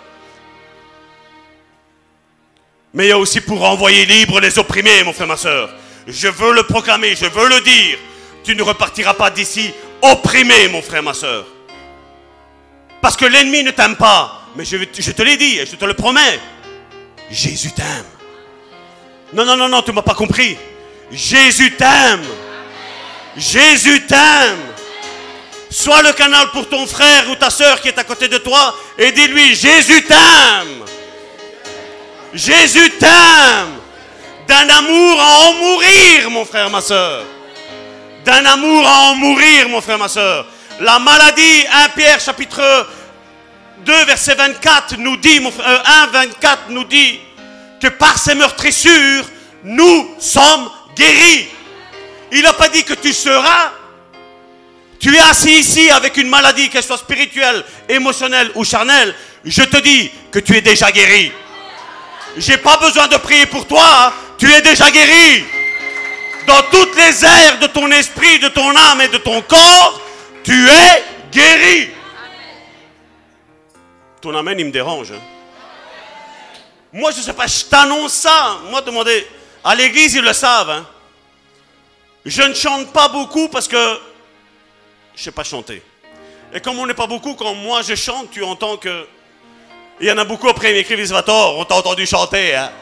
Mais il y a aussi pour renvoyer libre les opprimés, mon frère, ma soeur. Je veux le proclamer, je veux le dire. Tu ne repartiras pas d'ici opprimé, mon frère, ma soeur. Parce que l'ennemi ne t'aime pas. Mais je te l'ai dit et je te le promets. Jésus t'aime. Non, tu ne m'as pas compris. Jésus t'aime. Jésus t'aime. Sois le canal pour ton frère ou ta soeur qui est à côté de toi et dis-lui, Jésus t'aime. Jésus t'aime. D'un amour à en mourir, mon frère, ma soeur. D'un amour à en mourir, mon frère, ma soeur. La maladie, 1 Pierre chapitre 2, verset 24 nous dit, 1, 24 nous dit que par ses meurtrissures, nous sommes guéris. Il n'a pas dit que tu seras. Tu es assis ici avec une maladie, qu'elle soit spirituelle, émotionnelle ou charnelle. Je te dis que tu es déjà guéri. J'ai pas besoin de prier pour toi. Hein. Tu es déjà guéri. Dans toutes les aires de ton esprit, de ton âme et de ton corps, tu es guéri. Ton amen, il me dérange. Hein. Moi, je ne sais pas, je t'annonce ça. Moi, demandez, à l'église, ils le savent. Hein. Je ne chante pas beaucoup parce que je ne sais pas chanter. Et comme on n'est pas beaucoup, quand moi je chante, tu entends que... Il y en a beaucoup après, ils m'écrivent, Salvatore, on t'a entendu chanter. Hein?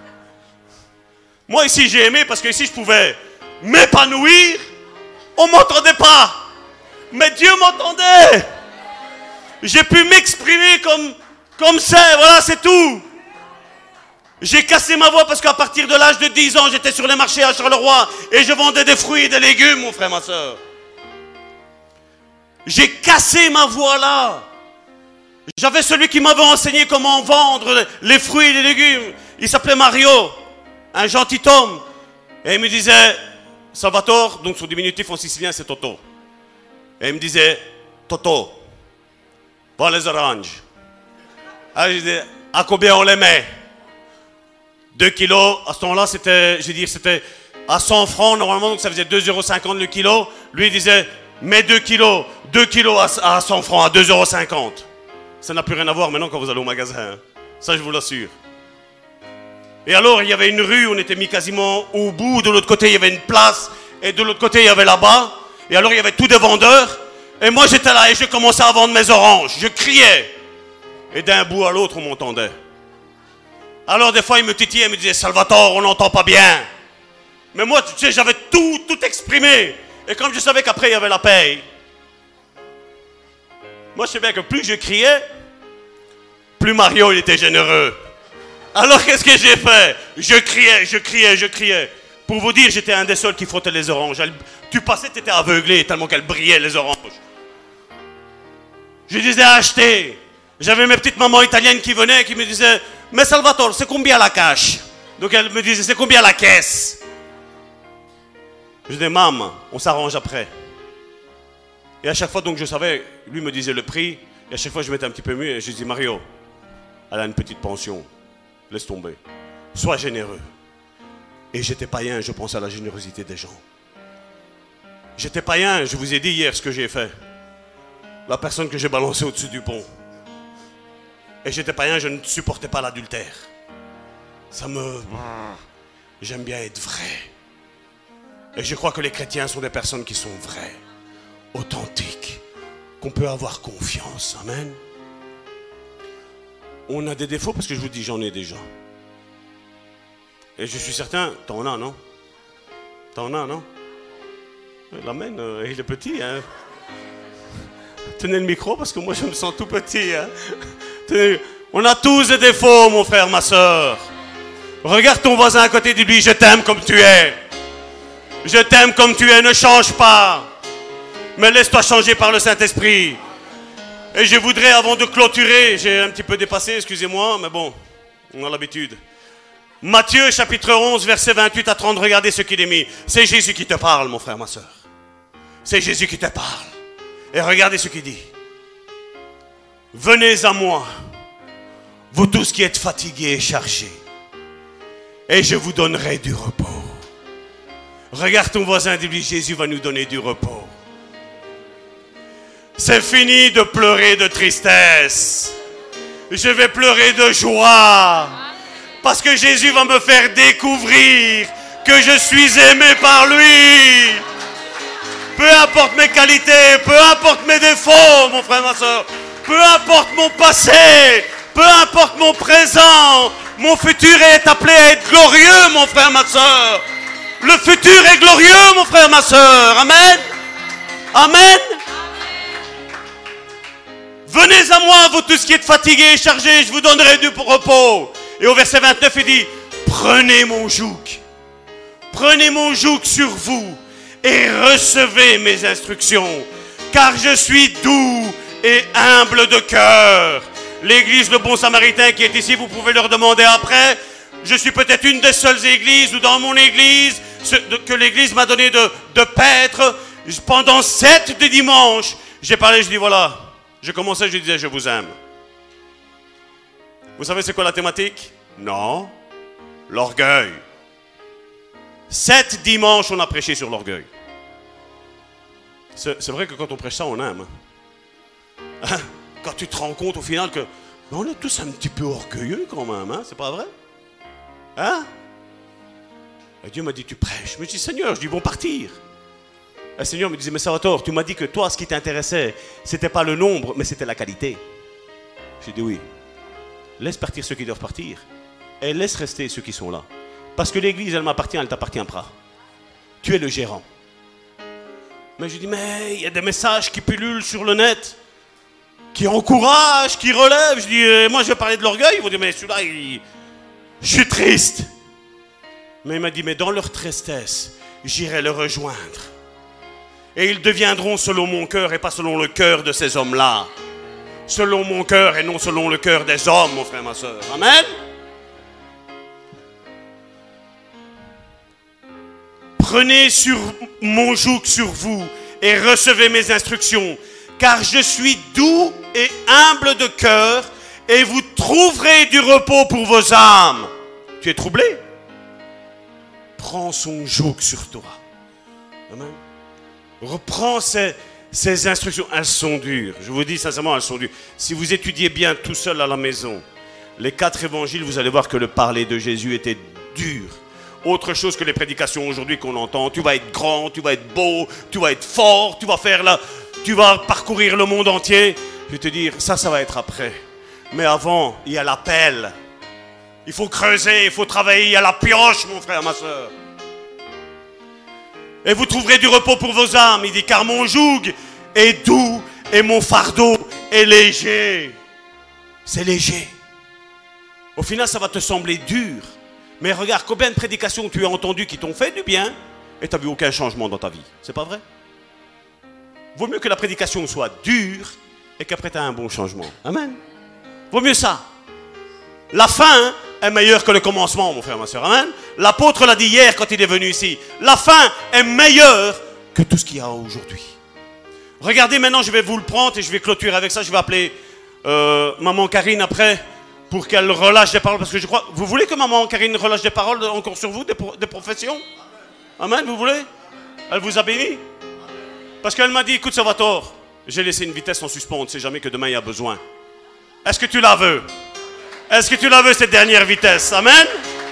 Moi ici, j'ai aimé parce que ici, je pouvais m'épanouir. On ne m'entendait pas. Mais Dieu m'entendait. J'ai pu m'exprimer comme c'est. Voilà, c'est tout. J'ai cassé ma voix parce qu'à partir de l'âge de 10 ans, j'étais sur les marchés à Charleroi et je vendais des fruits et des légumes, mon frère, ma soeur. J'ai cassé ma voix là. J'avais celui qui m'avait enseigné comment vendre les fruits et les légumes. Il s'appelait Mario, un gentil homme. Et il me disait, Salvatore, donc son diminutif en sicilien c'est Toto. Et il me disait, Toto, voilà les oranges. Alors je disais, à combien on les met? 2 kilos, à ce moment-là c'était, je veux dire, c'était à 100 francs normalement, donc ça faisait 2,50 € le kilo. Lui il disait, mets 2 kilos à 100 francs, à 2,50 €. Ça n'a plus rien à voir maintenant quand vous allez au magasin. Hein. Ça, je vous l'assure. Et alors, il y avait une rue, on était mis quasiment au bout. De l'autre côté, il y avait une place. Et de l'autre côté, il y avait là-bas. Et alors, il y avait tous des vendeurs. Et moi, j'étais là et je commençais à vendre mes oranges. Je criais. Et d'un bout à l'autre, on m'entendait. Alors, des fois, il me titillait et me disait, Salvatore, on n'entend pas bien. Mais moi, tu sais, j'avais tout exprimé. Et comme je savais qu'après, il y avait la paye. Moi, je sais bien que plus je criais, plus Mario, il était généreux. Alors, qu'est-ce que j'ai fait? Je criais. Pour vous dire, j'étais un des seuls qui frottait les oranges. Tu passais, tu étais aveuglé tellement qu'elles brillaient, les oranges. Je disais, achetez. J'avais mes petites mamans italiennes qui venaient, qui me disaient, mais Salvatore, c'est combien la cash? Donc, elles me disaient, c'est combien la caisse? Je disais, maman, on s'arrange après. Et à chaque fois, donc, je savais, lui me disait le prix, et à chaque fois, je m'étais un petit peu mieux, et je disais, Mario, elle a une petite pension, laisse tomber, sois généreux. Et j'étais païen, je pensais à la générosité des gens. J'étais païen, je vous ai dit hier ce que j'ai fait. La personne que j'ai balancée au-dessus du pont. Et j'étais païen, je ne supportais pas l'adultère. J'aime bien être vrai. Et je crois que les chrétiens sont des personnes qui sont vraies, authentiques, qu'on peut avoir confiance. Amen. On a des défauts parce que je vous dis, j'en ai déjà. Et je suis certain, t'en as, non? T'en as, non? L'amen, il est petit, hein? Tenez le micro parce que moi je me sens tout petit, hein? On a tous des défauts, mon frère, ma soeur. Regarde ton voisin à côté de lui, je t'aime comme tu es. Je t'aime comme tu es, ne change pas. Mais laisse-toi changer par le Saint-Esprit. Et je voudrais, avant de clôturer, j'ai un petit peu dépassé, excusez-moi, mais bon, on a l'habitude. Matthieu, chapitre 11, versets 28 à 30, regardez ce qu'il est mis. C'est Jésus qui te parle, mon frère, ma soeur. C'est Jésus qui te parle. Et regardez ce qu'il dit. Venez à moi, vous tous qui êtes fatigués et chargés, et je vous donnerai du repos. Regarde ton voisin, dis-lui, Jésus va nous donner du repos. C'est fini de pleurer de tristesse. Je vais pleurer de joie. Parce que Jésus va me faire découvrir que je suis aimé par lui. Peu importe mes qualités, peu importe mes défauts, mon frère, ma soeur. Peu importe mon passé, peu importe mon présent. Mon futur est appelé à être glorieux, mon frère, ma soeur. Le futur est glorieux, mon frère, ma soeur. Amen. Amen. Venez à moi, vous tous qui êtes fatigués et chargés, je vous donnerai du repos. Et au verset 29, il dit, prenez mon joug sur vous et recevez mes instructions, car je suis doux et humble de cœur. L'église Le Bon Samaritain qui est ici, vous pouvez leur demander après. Je suis peut-être une des seules églises, ou dans mon église, que l'église m'a donné de paître. Pendant 7 dimanches, j'ai parlé, je dis voilà, je commençais, je disais je vous aime. Vous savez c'est quoi la thématique? Non, l'orgueil. 7 dimanches, on a prêché sur l'orgueil. C'est vrai que quand on prêche ça, on aime. Quand tu te rends compte au final que on est tous un petit peu orgueilleux quand même, hein? C'est pas vrai? Hein? Et Dieu m'a dit, tu prêches. Je me dis, Seigneur, je dis, ils vont partir. Le Seigneur me disait, mais Salvatore, tu m'as dit que toi, ce qui t'intéressait, c'était pas le nombre, mais c'était la qualité. J'ai dit oui. Laisse partir ceux qui doivent partir et laisse rester ceux qui sont là. Parce que l'église, elle m'appartient, elle t'appartient pas. Tu es le gérant. Mais je dis, mais il y a des messages qui pullulent sur le net, qui encouragent, qui relèvent. Je dis, moi je vais parler de l'orgueil. Ils vont dire, mais celui-là, je suis triste. Mais il m'a dit, mais dans leur tristesse, j'irai le rejoindre. Et ils deviendront selon mon cœur et pas selon le cœur de ces hommes-là. Selon mon cœur et non selon le cœur des hommes, mon frère, ma soeur. Amen. Prenez sur mon joug sur vous et recevez mes instructions, car je suis doux et humble de cœur, et vous trouverez du repos pour vos âmes. Tu es troublé? Prends son joug sur toi. Amen. Reprends ces instructions. Elles sont dures. Je vous dis sincèrement, elles sont dures. Si vous étudiez bien tout seul à la maison, les 4 évangiles, vous allez voir que le parler de Jésus était dur. Autre chose que les prédications aujourd'hui qu'on entend. Tu vas être grand, tu vas être beau, tu vas être fort, tu vas parcourir le monde entier. Je vais te dire, ça va être après. Mais avant, il y a l'appel. Il faut creuser, il faut travailler, il y a la pioche, mon frère, ma soeur. Et vous trouverez du repos pour vos âmes. Il dit, car mon joug est doux et mon fardeau est léger. C'est léger. Au final, ça va te sembler dur. Mais regarde, combien de prédications tu as entendues qui t'ont fait du bien et tu n'as vu aucun changement dans ta vie. C'est pas vrai? Vaut mieux que la prédication soit dure et qu'après tu as un bon changement. Amen. Vaut mieux ça. La fin est meilleure que le commencement, mon frère, ma soeur. Amen. L'apôtre l'a dit hier quand il est venu ici. La fin est meilleure que tout ce qu'il y a aujourd'hui. Regardez maintenant, je vais vous le prendre et je vais clôturer avec ça. Je vais appeler maman Karine après pour qu'elle relâche des paroles. Parce que je crois... Vous voulez que maman Karine relâche des paroles encore sur vous, des professions? Amen, vous voulez? Elle vous a béni? Parce qu'elle m'a dit, écoute Salvatore, j'ai laissé une vitesse en suspens, on ne sait jamais que demain il y a besoin. Est-ce que tu la veux? Est-ce que tu la veux, cette dernière vitesse? Amen.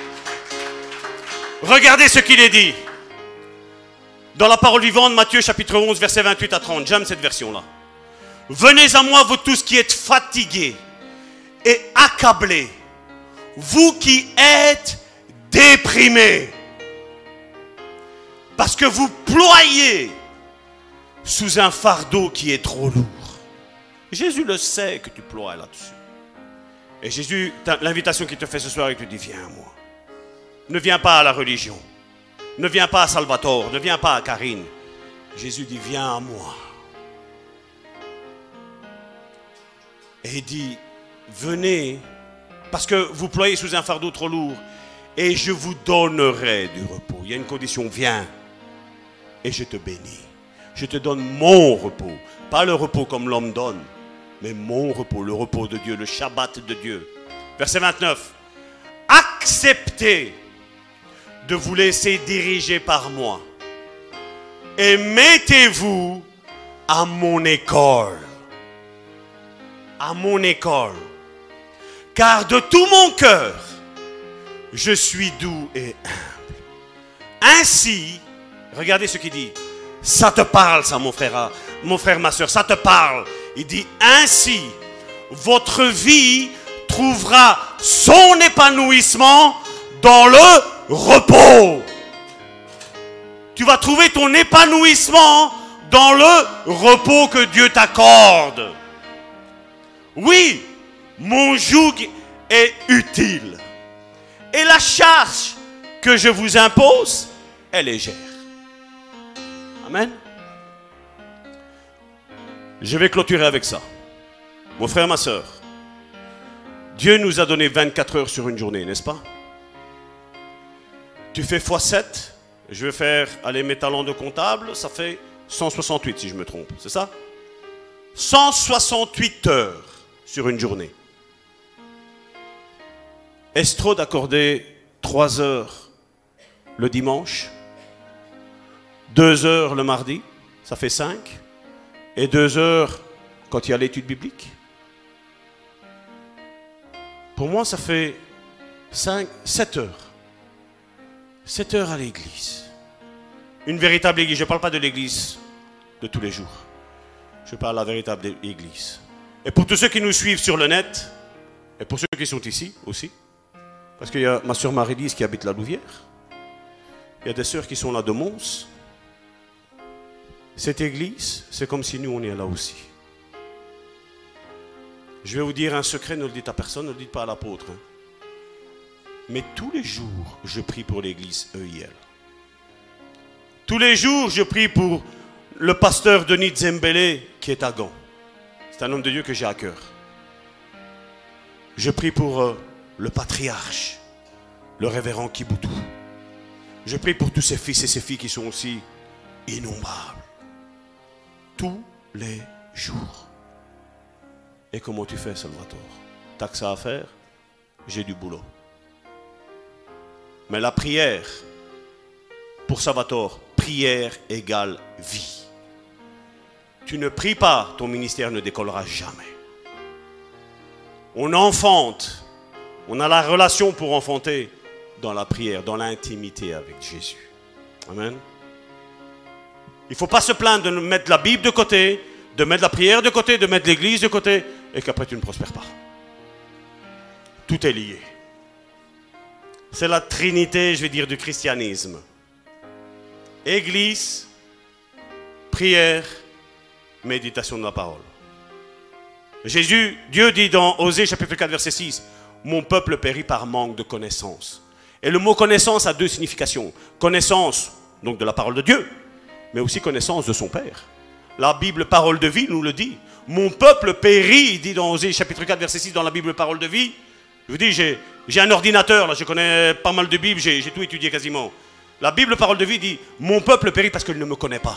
Regardez ce qu'il est dit. Dans la parole vivante, Matthieu chapitre 11, versets 28 à 30. J'aime cette version-là. Venez à moi, vous tous qui êtes fatigués et accablés, vous qui êtes déprimés, parce que vous ployez sous un fardeau qui est trop lourd. Jésus le sait que tu ploies là-dessus. Et Jésus, l'invitation qu'il te fait ce soir, il te dit, viens à moi. Ne viens pas à la religion. Ne viens pas à Salvatore. Ne viens pas à Karine. Jésus dit, viens à moi. Et il dit, venez, parce que vous ployez sous un fardeau trop lourd, et je vous donnerai du repos. Il y a une condition, viens, et je te bénis. Je te donne mon repos. Pas le repos comme l'homme donne, mais mon repos, le repos de Dieu, le Shabbat de Dieu. Verset 29. Acceptez de vous laisser diriger par moi et mettez-vous à mon école. À mon école. Car de tout mon cœur, je suis doux et humble. Ainsi, regardez ce qu'il dit. Ça te parle, ça, mon frère, ma soeur, ça te parle. Il dit, ainsi, votre vie trouvera son épanouissement dans le repos. Tu vas trouver ton épanouissement dans le repos que Dieu t'accorde. Oui, mon joug est utile. Et la charge que je vous impose est légère. Amen. Je vais clôturer avec ça. Mon frère, ma soeur, Dieu nous a donné 24 heures sur une journée, n'est-ce pas? Tu fais x7, je vais faire, allez, mes talents de comptable, ça fait 168 si je me trompe, c'est ça? 168 heures sur une journée. Est-ce trop d'accorder 3 heures le dimanche, 2 heures le mardi, ça fait 5, et 2 heures quand il y a l'étude biblique? Pour moi, ça fait 7 heures. 7 heures à l'église. Une véritable église. Je ne parle pas de l'église de tous les jours. Je parle de la véritable église. Et pour tous ceux qui nous suivent sur le net, et pour ceux qui sont ici aussi, parce qu'il y a ma soeur Marie-Lise qui habite la Louvière, il y a des sœurs qui sont là de Mons. Cette église, c'est comme si nous, on est là aussi. Je vais vous dire un secret, ne le dites à personne, ne le dites pas à l'apôtre. Mais tous les jours, je prie pour l'église EIL. Tous les jours, je prie pour le pasteur Denis Zembele qui est à Gand. C'est un homme de Dieu que j'ai à cœur. Je prie pour le patriarche, le révérend Kiboutou. Je prie pour tous ces fils et ces filles qui sont aussi innombrables. Tous les jours. Et comment tu fais, Salvatore? T'as que ça à faire? J'ai du boulot. Mais la prière, pour Salvatore, prière égale vie. Tu ne pries pas, ton ministère ne décollera jamais. On enfante, on a la relation pour enfanter dans la prière, dans l'intimité avec Jésus. Amen. Il ne faut pas se plaindre de mettre la Bible de côté, de mettre la prière de côté, de mettre l'église de côté, et qu'après tu ne prospères pas. Tout est lié. C'est la trinité, je vais dire, du christianisme. Église, prière, méditation de la parole. Jésus, Dieu dit dans Osée chapitre 4 verset 6, « Mon peuple périt par manque de connaissance ». Et le mot connaissance a deux significations. Connaissance, donc de la parole de Dieu, mais aussi connaissance de son Père. La Bible parole de vie nous le dit. « Mon peuple périt », dit dans Osée chapitre 4 verset 6 dans la Bible parole de vie. Je vous dis, j'ai un ordinateur, là, je connais pas mal de Bibles, j'ai tout étudié quasiment. La Bible parole de vie dit, « Mon peuple périt parce qu'il ne me connaît pas ».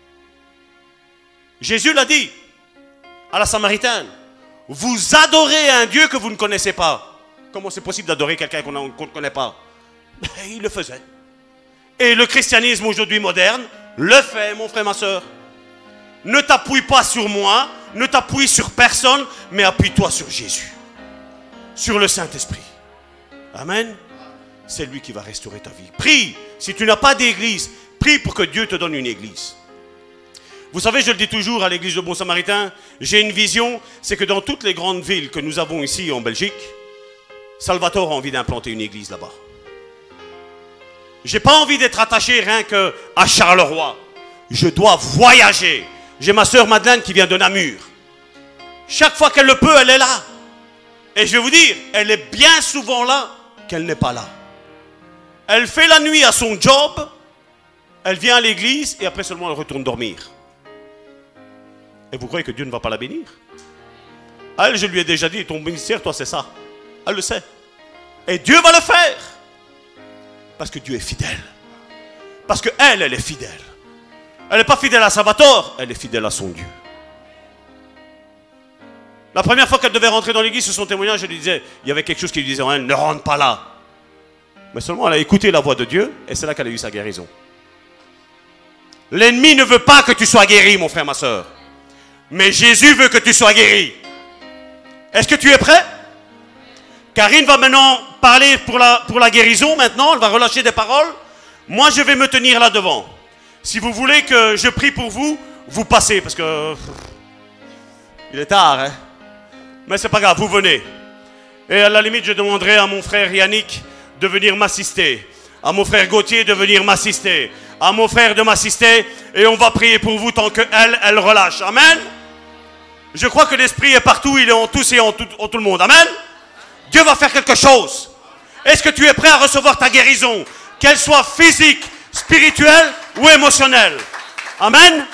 Jésus l'a dit à la Samaritaine. Vous adorez un Dieu que vous ne connaissez pas. Comment c'est possible d'adorer quelqu'un qu'on ne connaît pas? Il le faisait. Et le christianisme aujourd'hui moderne le fait, mon frère, ma soeur. Ne t'appuie pas sur moi, ne t'appuie sur personne, mais appuie-toi sur Jésus. Sur le Saint-Esprit. Amen. C'est lui qui va restaurer ta vie. Prie. Si tu n'as pas d'église, prie pour que Dieu te donne une église. Vous savez, je le dis toujours à l'église de Bon Samaritain, j'ai une vision, c'est que dans toutes les grandes villes que nous avons ici en Belgique, Salvatore a envie d'implanter une église là-bas. J'ai pas envie d'être attaché rien qu'à Charleroi. Je dois voyager. J'ai ma sœur Madeleine qui vient de Namur. Chaque fois qu'elle le peut, elle est là. Et je vais vous dire, elle est bien souvent là qu'elle n'est pas là. Elle fait la nuit à son job, elle vient à l'église et après seulement elle retourne dormir. Et vous croyez que Dieu ne va pas la bénir? À elle, je lui ai déjà dit, ton ministère, toi, c'est ça. Elle le sait. Et Dieu va le faire. Parce que Dieu est fidèle. Parce qu'elle, elle est fidèle. Elle n'est pas fidèle à Salvatore, elle est fidèle à son Dieu. La première fois qu'elle devait rentrer dans l'église, sur son témoignage, je lui disais, il y avait quelque chose qui lui disait, elle ne rentre pas là. Mais seulement elle a écouté la voix de Dieu, et c'est là qu'elle a eu sa guérison. L'ennemi ne veut pas que tu sois guéri, mon frère, ma soeur. Mais Jésus veut que tu sois guéri. Est-ce que tu es prêt? Karine va maintenant parler pour la guérison maintenant. Elle va relâcher des paroles. Moi, je vais me tenir là devant. Si vous voulez que je prie pour vous, vous passez. Parce que... il est tard, hein? Mais c'est pas grave, vous venez. Et à la limite, je demanderai à mon frère Yannick de venir m'assister. À mon frère Gauthier de venir m'assister. À mon frère de m'assister. Et on va prier pour vous tant qu'elle relâche. Amen. Je crois que l'Esprit est partout. Il est en tous et en tout le monde. Amen. Dieu va faire quelque chose. Est-ce que tu es prêt à recevoir ta guérison? Qu'elle soit physique, spirituelle ou émotionnelle. Amen.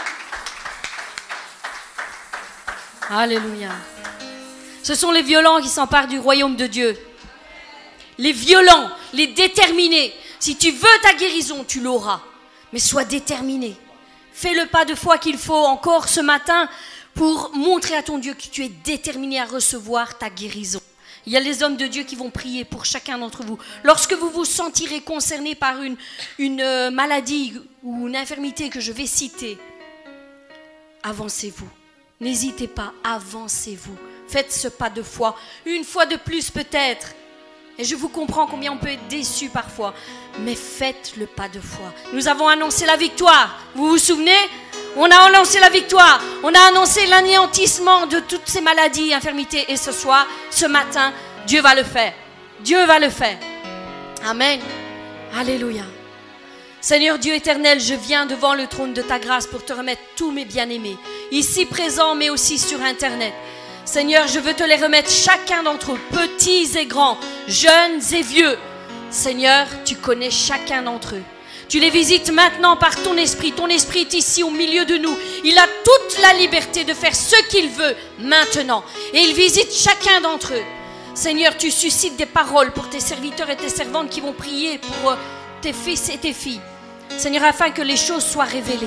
Alléluia. Ce sont les violents qui s'emparent du royaume de Dieu. Les violents, les déterminés. Si tu veux ta guérison, tu l'auras. Mais sois déterminé. Fais le pas de foi qu'il faut encore ce matin pour montrer à ton Dieu que tu es déterminé à recevoir ta guérison. Il y a les hommes de Dieu qui vont prier pour chacun d'entre vous. Lorsque vous vous sentirez concerné par une maladie ou une infirmité que je vais citer, avancez-vous. N'hésitez pas, avancez-vous. Faites ce pas de foi. Une fois de plus peut-être. Et je vous comprends combien on peut être déçu parfois. Mais faites le pas de foi. Nous avons annoncé la victoire. Vous vous souvenez? On a annoncé la victoire. On a annoncé l'anéantissement de toutes ces maladies, infirmités. Et ce soir, ce matin, Dieu va le faire. Dieu va le faire. Amen. Alléluia. Seigneur Dieu éternel, je viens devant le trône de ta grâce pour te remettre tous mes bien-aimés, ici présents mais aussi sur Internet. Seigneur, je veux te les remettre chacun d'entre eux, petits et grands, jeunes et vieux. Seigneur, tu connais chacun d'entre eux. Tu les visites maintenant par ton esprit. Ton esprit est ici au milieu de nous. Il a toute la liberté de faire ce qu'il veut maintenant. Et il visite chacun d'entre eux. Seigneur, tu suscites des paroles pour tes serviteurs et tes servantes qui vont prier pour tes fils et tes filles. Seigneur, afin que les choses soient révélées.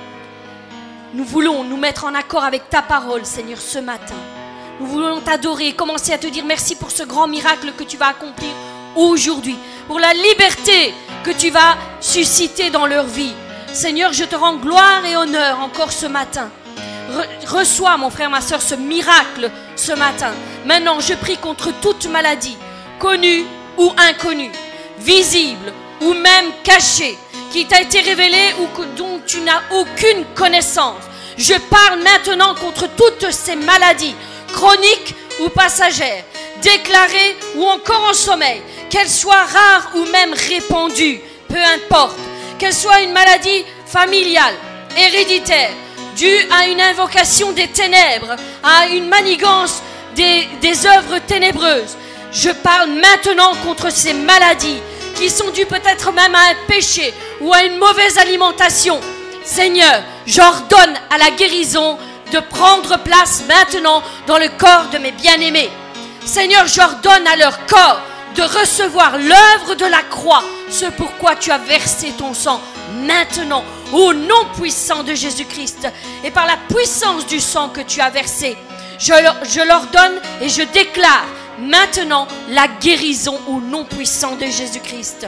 Nous voulons nous mettre en accord avec ta parole, Seigneur, ce matin. Nous voulons t'adorer et commencer à te dire merci pour ce grand miracle que tu vas accomplir aujourd'hui. Pour la liberté que tu vas susciter dans leur vie. Seigneur, je te rends gloire et honneur encore ce matin. Reçois, mon frère, ma soeur, ce miracle ce matin. Maintenant, je prie contre toute maladie, connue ou inconnue, visible ou même cachée, qui t'a été révélée ou dont tu n'as aucune connaissance. Je parle maintenant contre toutes ces maladies, chroniques ou passagères, déclarées ou encore en sommeil, qu'elles soient rares ou même répandues, peu importe, qu'elles soient une maladie familiale, héréditaire, due à une invocation des ténèbres, à une manigance des œuvres ténébreuses. Je parle maintenant contre ces maladies qui sont dues peut-être même à un péché ou à une mauvaise alimentation. Seigneur, j'ordonne à la guérison de prendre place maintenant dans le corps de mes bien-aimés. Seigneur, j'ordonne à leur corps de recevoir l'œuvre de la croix, ce pourquoi tu as versé ton sang maintenant, au nom puissant de Jésus-Christ. Et par la puissance du sang que tu as versé, je leur donne et je déclare maintenant la guérison au nom puissant de Jésus-Christ.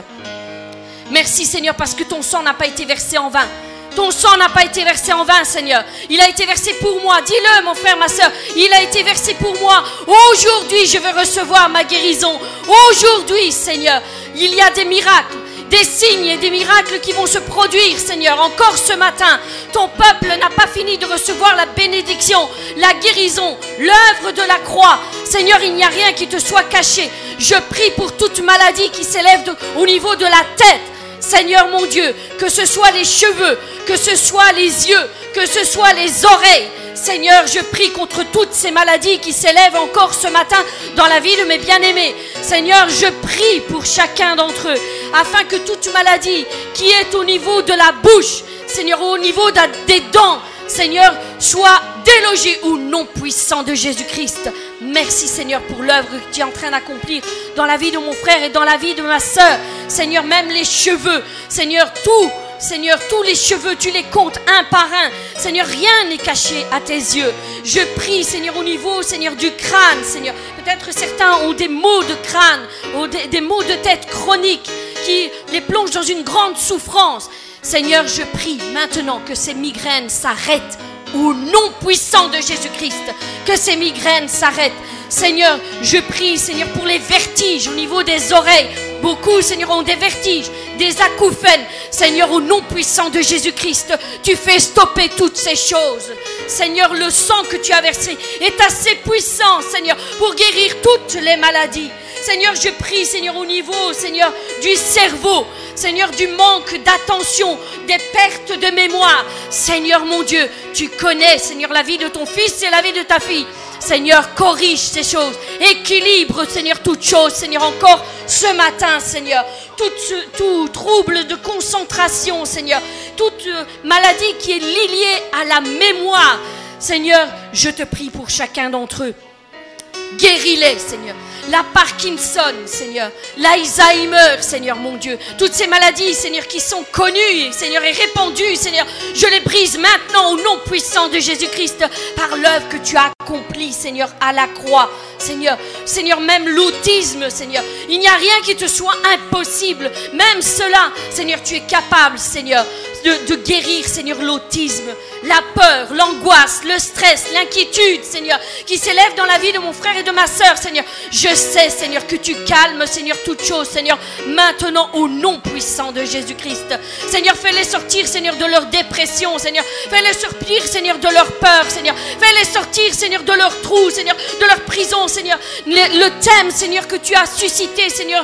Merci Seigneur parce que ton sang n'a pas été versé en vain. Ton sang n'a pas été versé en vain, Seigneur. Il a été versé pour moi. Dis-le, mon frère, ma soeur. Il a été versé pour moi. Aujourd'hui, je veux recevoir ma guérison. Aujourd'hui, Seigneur, il y a des miracles, des signes et des miracles qui vont se produire, Seigneur. Encore ce matin, ton peuple n'a pas fini de recevoir la bénédiction, la guérison, l'œuvre de la croix. Seigneur, il n'y a rien qui te soit caché. Je prie pour toute maladie qui s'élève au niveau de la tête. Seigneur mon Dieu, que ce soit les cheveux, que ce soit les yeux, que ce soit les oreilles. Seigneur, je prie contre toutes ces maladies qui s'élèvent encore ce matin dans la vie de mes bien-aimés. Seigneur, je prie pour chacun d'entre eux, afin que toute maladie qui est au niveau de la bouche, Seigneur, au niveau des dents, Seigneur, soit délogée au nom puissant de Jésus-Christ. Merci Seigneur pour l'œuvre que tu es en train d'accomplir dans la vie de mon frère et dans la vie de ma soeur. Seigneur, même les cheveux, Seigneur, tous les cheveux, tu les comptes un par un. Seigneur, rien n'est caché à tes yeux. Je prie, Seigneur, au niveau, Seigneur, du crâne, Seigneur. Peut-être certains ont des maux de crâne, ou des maux de tête chroniques qui les plongent dans une grande souffrance. Seigneur, je prie maintenant que ces migraines s'arrêtent au nom puissant de Jésus-Christ. Que ces migraines s'arrêtent. Seigneur, je prie, Seigneur, pour les vertiges au niveau des oreilles. Beaucoup, Seigneur, ont des vertiges, des acouphènes. Seigneur, au nom puissant de Jésus-Christ, tu fais stopper toutes ces choses. Seigneur, le sang que tu as versé est assez puissant, Seigneur, pour guérir toutes les maladies. Seigneur, je prie, Seigneur, au niveau, Seigneur, du cerveau, Seigneur, du manque d'attention, des pertes de mémoire. Seigneur, mon Dieu, tu connais, Seigneur, la vie de ton fils et la vie de ta fille. Seigneur, corrige ces choses, équilibre, Seigneur, toutes choses, Seigneur, encore ce matin, Seigneur, tout trouble de concentration, Seigneur, toute maladie qui est liée à la mémoire, Seigneur, je te prie pour chacun d'entre eux. Guéris-les, Seigneur. La Parkinson, Seigneur. L'Alzheimer, Seigneur, mon Dieu. Toutes ces maladies, Seigneur, qui sont connues, Seigneur, et répandues, Seigneur. Je les brise maintenant au nom puissant de Jésus-Christ par l'œuvre que tu as accomplie, Seigneur, à la croix. Seigneur, Seigneur, même l'autisme, Seigneur. Il n'y a rien qui te soit impossible. Même cela, Seigneur, tu es capable, Seigneur, de guérir, Seigneur, l'autisme, la peur, l'angoisse, le stress, l'inquiétude, Seigneur, qui s'élève dans la vie de mon frère et de ma sœur, Seigneur. Je sais, Seigneur, que tu calmes, Seigneur, toutes choses, Seigneur, maintenant au nom puissant de Jésus-Christ. Seigneur, fais-les sortir, Seigneur, de leur dépression, Seigneur. Fais-les sortir, Seigneur, de leur peur, Seigneur. Fais-les sortir, Seigneur, de leur trou, Seigneur, de leur prison, Seigneur. Le thème, Seigneur, que tu as suscité, Seigneur,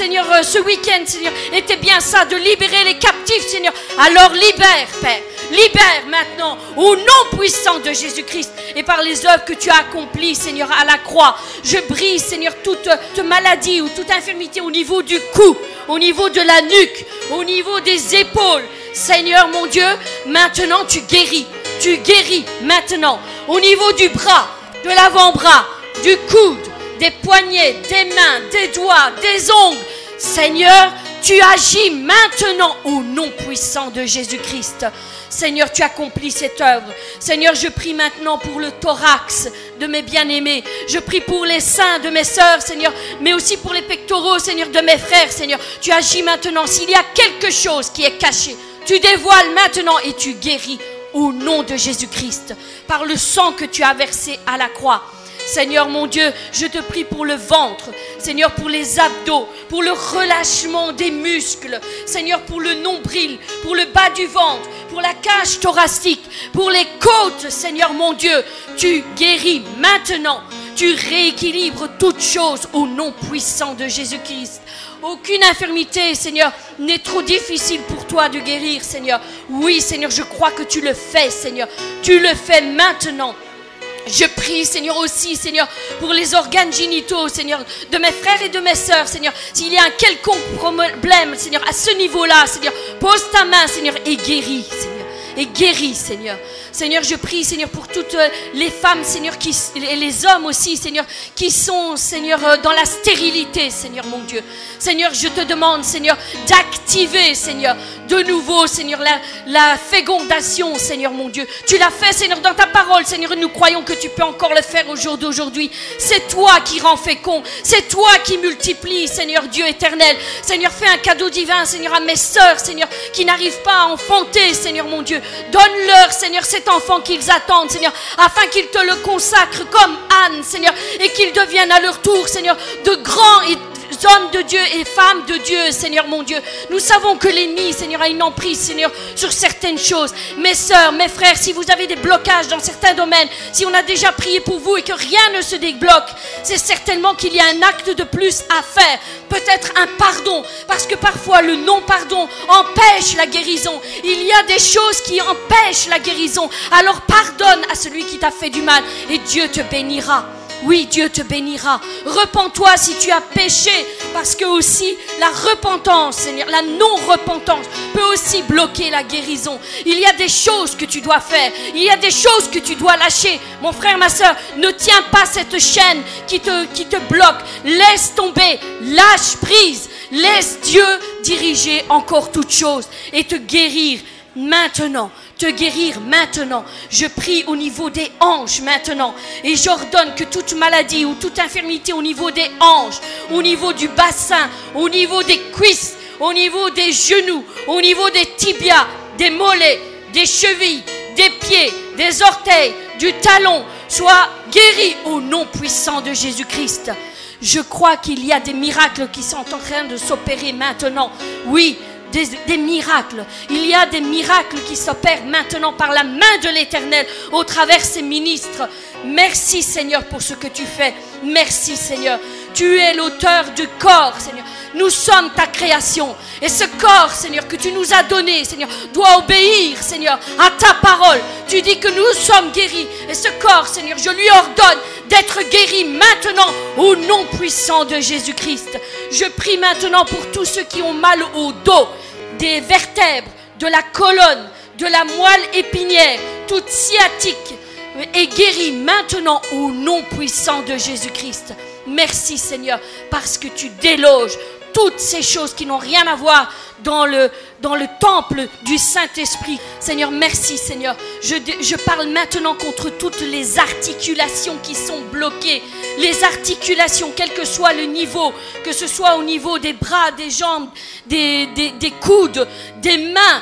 ce week-end, Seigneur, était bien ça, de libérer les captifs, Seigneur. Alors libère, Père. Libère maintenant au nom puissant de Jésus-Christ et par les œuvres que tu as accomplies, Seigneur, à la croix. Je brise, Seigneur, toute maladie ou toute infirmité au niveau du cou, au niveau de la nuque, au niveau des épaules. Seigneur, mon Dieu, maintenant tu guéris. Tu guéris maintenant au niveau du bras, de l'avant-bras, du coude, des poignets, des mains, des doigts, des ongles. Seigneur, tu agis maintenant au nom puissant de Jésus-Christ. Seigneur, tu accomplis cette œuvre. Seigneur, je prie maintenant pour le thorax de mes bien-aimés. Je prie pour les seins de mes sœurs, Seigneur, mais aussi pour les pectoraux, Seigneur, de mes frères, Seigneur. Tu agis maintenant. S'il y a quelque chose qui est caché, tu dévoiles maintenant et tu guéris au nom de Jésus-Christ, par le sang que tu as versé à la croix. Seigneur mon Dieu, je te prie pour le ventre, Seigneur, pour les abdos, pour le relâchement des muscles, Seigneur, pour le nombril, pour le bas du ventre, pour la cage thoracique, pour les côtes, Seigneur mon Dieu. Tu guéris maintenant, tu rééquilibres toutes choses au nom puissant de Jésus-Christ. Aucune infirmité, Seigneur, n'est trop difficile pour toi de guérir, Seigneur. Oui, Seigneur, je crois que tu le fais, Seigneur. Tu le fais maintenant. Je prie, Seigneur, aussi, Seigneur, pour les organes génitaux, Seigneur, de mes frères et de mes sœurs, Seigneur. S'il y a un quelconque problème, Seigneur, à ce niveau-là, Seigneur, pose ta main, Seigneur, et guéris, Seigneur. Et guéris, Seigneur. Seigneur, je prie, Seigneur, pour toutes les femmes, Seigneur, et les hommes aussi, Seigneur, qui sont, Seigneur, dans la stérilité, Seigneur, mon Dieu. Seigneur, je te demande, Seigneur, d'activer, Seigneur, de nouveau, Seigneur, la fécondation, Seigneur, mon Dieu. Tu l'as fait, Seigneur, dans ta parole, Seigneur, et nous croyons que tu peux encore le faire au jour d'aujourd'hui. C'est toi qui rends fécond. C'est toi qui multiplie, Seigneur, Dieu éternel. Seigneur, fais un cadeau divin, Seigneur, à mes sœurs, Seigneur, qui n'arrivent pas à enfanter, Seigneur, mon Dieu. Donne-leur, Seigneur, cet enfant qu'ils attendent, Seigneur, afin qu'ils te le consacrent comme Anne, Seigneur, et qu'ils deviennent à leur tour, Seigneur, de grands et hommes de Dieu et femmes de Dieu, Seigneur mon Dieu. Nous savons que l'ennemi, Seigneur, a une emprise, Seigneur, sur certaines choses. Mes sœurs, mes frères, si vous avez des blocages dans certains domaines, si on a déjà prié pour vous et que rien ne se débloque, c'est certainement qu'il y a un acte de plus à faire. Peut-être un pardon, parce que parfois le non-pardon empêche la guérison. Il y a des choses qui empêchent la guérison. Alors pardonne à celui qui t'a fait du mal et Dieu te bénira. Oui, Dieu te bénira. Repens-toi si tu as péché, parce que aussi la repentance, Seigneur, la non-repentance peut aussi bloquer la guérison. Il y a des choses que tu dois faire, il y a des choses que tu dois lâcher. Mon frère, ma soeur, ne tiens pas cette chaîne qui te bloque. Laisse tomber, lâche prise, laisse Dieu diriger encore toutes choses et te guérir maintenant. Te guérir maintenant. Je prie au niveau des hanches maintenant. Et j'ordonne que toute maladie ou toute infirmité au niveau des hanches, au niveau du bassin, au niveau des cuisses, au niveau des genoux, au niveau des tibias, des mollets, des chevilles, des pieds, des orteils, du talon, soit guérie au nom puissant de Jésus-Christ. Je crois qu'il y a des miracles qui sont en train de s'opérer maintenant. Oui, des miracles. Il y a des miracles qui s'opèrent maintenant par la main de l'Éternel au travers ses ministres. Merci Seigneur pour ce que tu fais. Merci Seigneur. Tu es l'auteur du corps, Seigneur. Nous sommes ta création. Et ce corps, Seigneur, que tu nous as donné, Seigneur, doit obéir, Seigneur, à ta parole. Tu dis que nous sommes guéris. Et ce corps, Seigneur, je lui ordonne d'être guéri maintenant au nom puissant de Jésus-Christ. Je prie maintenant pour tous ceux qui ont mal au dos, des vertèbres, de la colonne, de la moelle épinière, toute sciatique est guérie maintenant au nom puissant de Jésus-Christ. Merci Seigneur, parce que tu déloges toutes ces choses qui n'ont rien à voir dans le temple du Saint-Esprit. Seigneur, merci Seigneur. Je parle maintenant contre toutes les articulations qui sont bloquées. Les articulations, quel que soit le niveau, que ce soit au niveau des bras, des jambes, des coudes, des mains.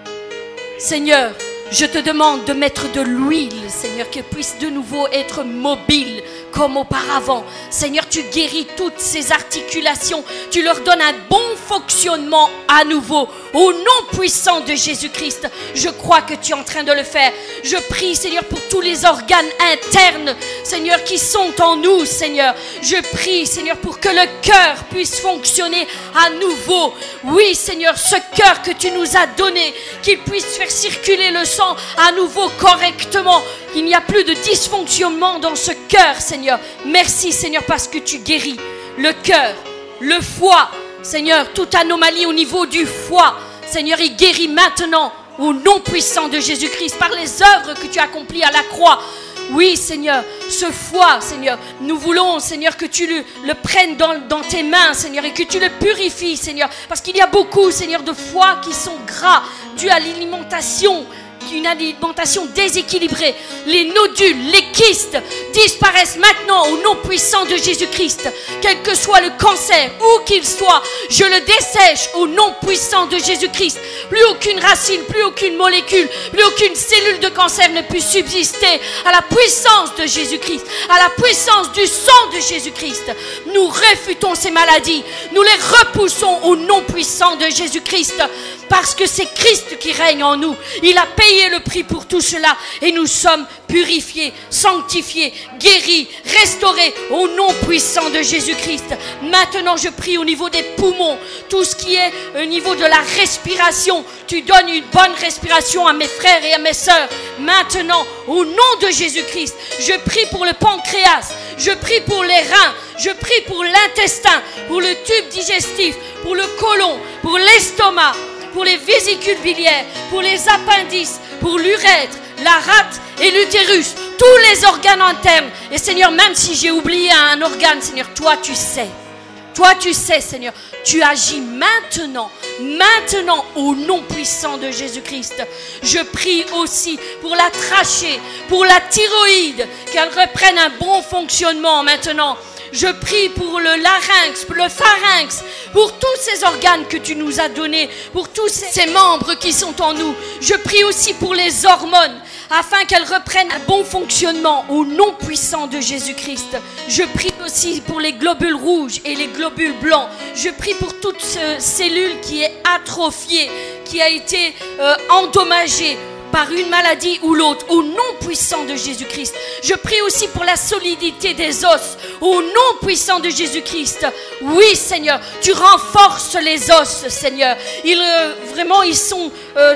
Seigneur, je te demande de mettre de l'huile, Seigneur, qu'elle puisse de nouveau être mobile comme auparavant. Seigneur, tu guéris toutes ces articulations. Tu leur donnes un bon fonctionnement à nouveau. Au nom puissant de Jésus-Christ, je crois que tu es en train de le faire. Je prie, Seigneur, pour tous les organes internes, Seigneur, qui sont en nous, Seigneur. Je prie, Seigneur, pour que le cœur puisse fonctionner à nouveau. Oui, Seigneur, ce cœur que tu nous as donné, qu'il puisse faire circuler le sang à nouveau correctement. Il n'y a plus de dysfonctionnement dans ce cœur, Seigneur. Merci, Seigneur, parce que tu guéris le cœur, le foie. Seigneur, toute anomalie au niveau du foie, Seigneur, il guérit maintenant au nom puissant de Jésus-Christ par les œuvres que tu as accomplies à la croix. Oui, Seigneur, ce foie, Seigneur, nous voulons, Seigneur, que tu le prennes dans tes mains, Seigneur, et que tu le purifies, Seigneur, parce qu'il y a beaucoup, Seigneur, de foies qui sont gras, dû à l'alimentation, une alimentation déséquilibrée. Les nodules, les kystes disparaissent maintenant au nom puissant de Jésus-Christ. Quel que soit le cancer, où qu'il soit, je le dessèche au nom puissant de Jésus-Christ. Plus aucune racine, plus aucune molécule, plus aucune cellule de cancer ne peut subsister à la puissance de Jésus-Christ, à la puissance du sang de Jésus-Christ. Nous réfutons ces maladies, nous les repoussons au nom puissant de Jésus-Christ, parce que c'est Christ qui règne en nous. Il a payé le prix pour tout cela et nous sommes purifiés, sanctifiés, guéris, restaurés au nom puissant de Jésus-Christ. Maintenant, je prie au niveau des poumons, tout ce qui est au niveau de la respiration. Tu donnes une bonne respiration à mes frères et à mes sœurs. Maintenant, au nom de Jésus-Christ, je prie pour le pancréas, je prie pour les reins, je prie pour l'intestin, pour le tube digestif, pour le côlon, pour l'estomac, pour les vésicules biliaires, pour les appendices, pour l'urètre, la rate et l'utérus, tous les organes internes. Et Seigneur, même si j'ai oublié un organe, Seigneur, toi tu sais. Toi tu sais, Seigneur. Tu agis maintenant, au nom puissant de Jésus-Christ. Je prie aussi pour la trachée, pour la thyroïde, qu'elle reprenne un bon fonctionnement maintenant. Je prie pour le larynx, pour le pharynx, pour tous ces organes que tu nous as donnés, pour tous ces membres qui sont en nous. Je prie aussi pour les hormones, afin qu'elles reprennent un bon fonctionnement au nom puissant de Jésus-Christ. Je prie aussi pour les globules rouges et les globules blancs. Je prie pour toute cellule qui est atrophiée, qui a été endommagée par une maladie ou l'autre, au nom puissant de Jésus-Christ. Je prie aussi pour la solidité des os, au nom puissant de Jésus-Christ. Oui, Seigneur, tu renforces les os, Seigneur. Vraiment, ils sont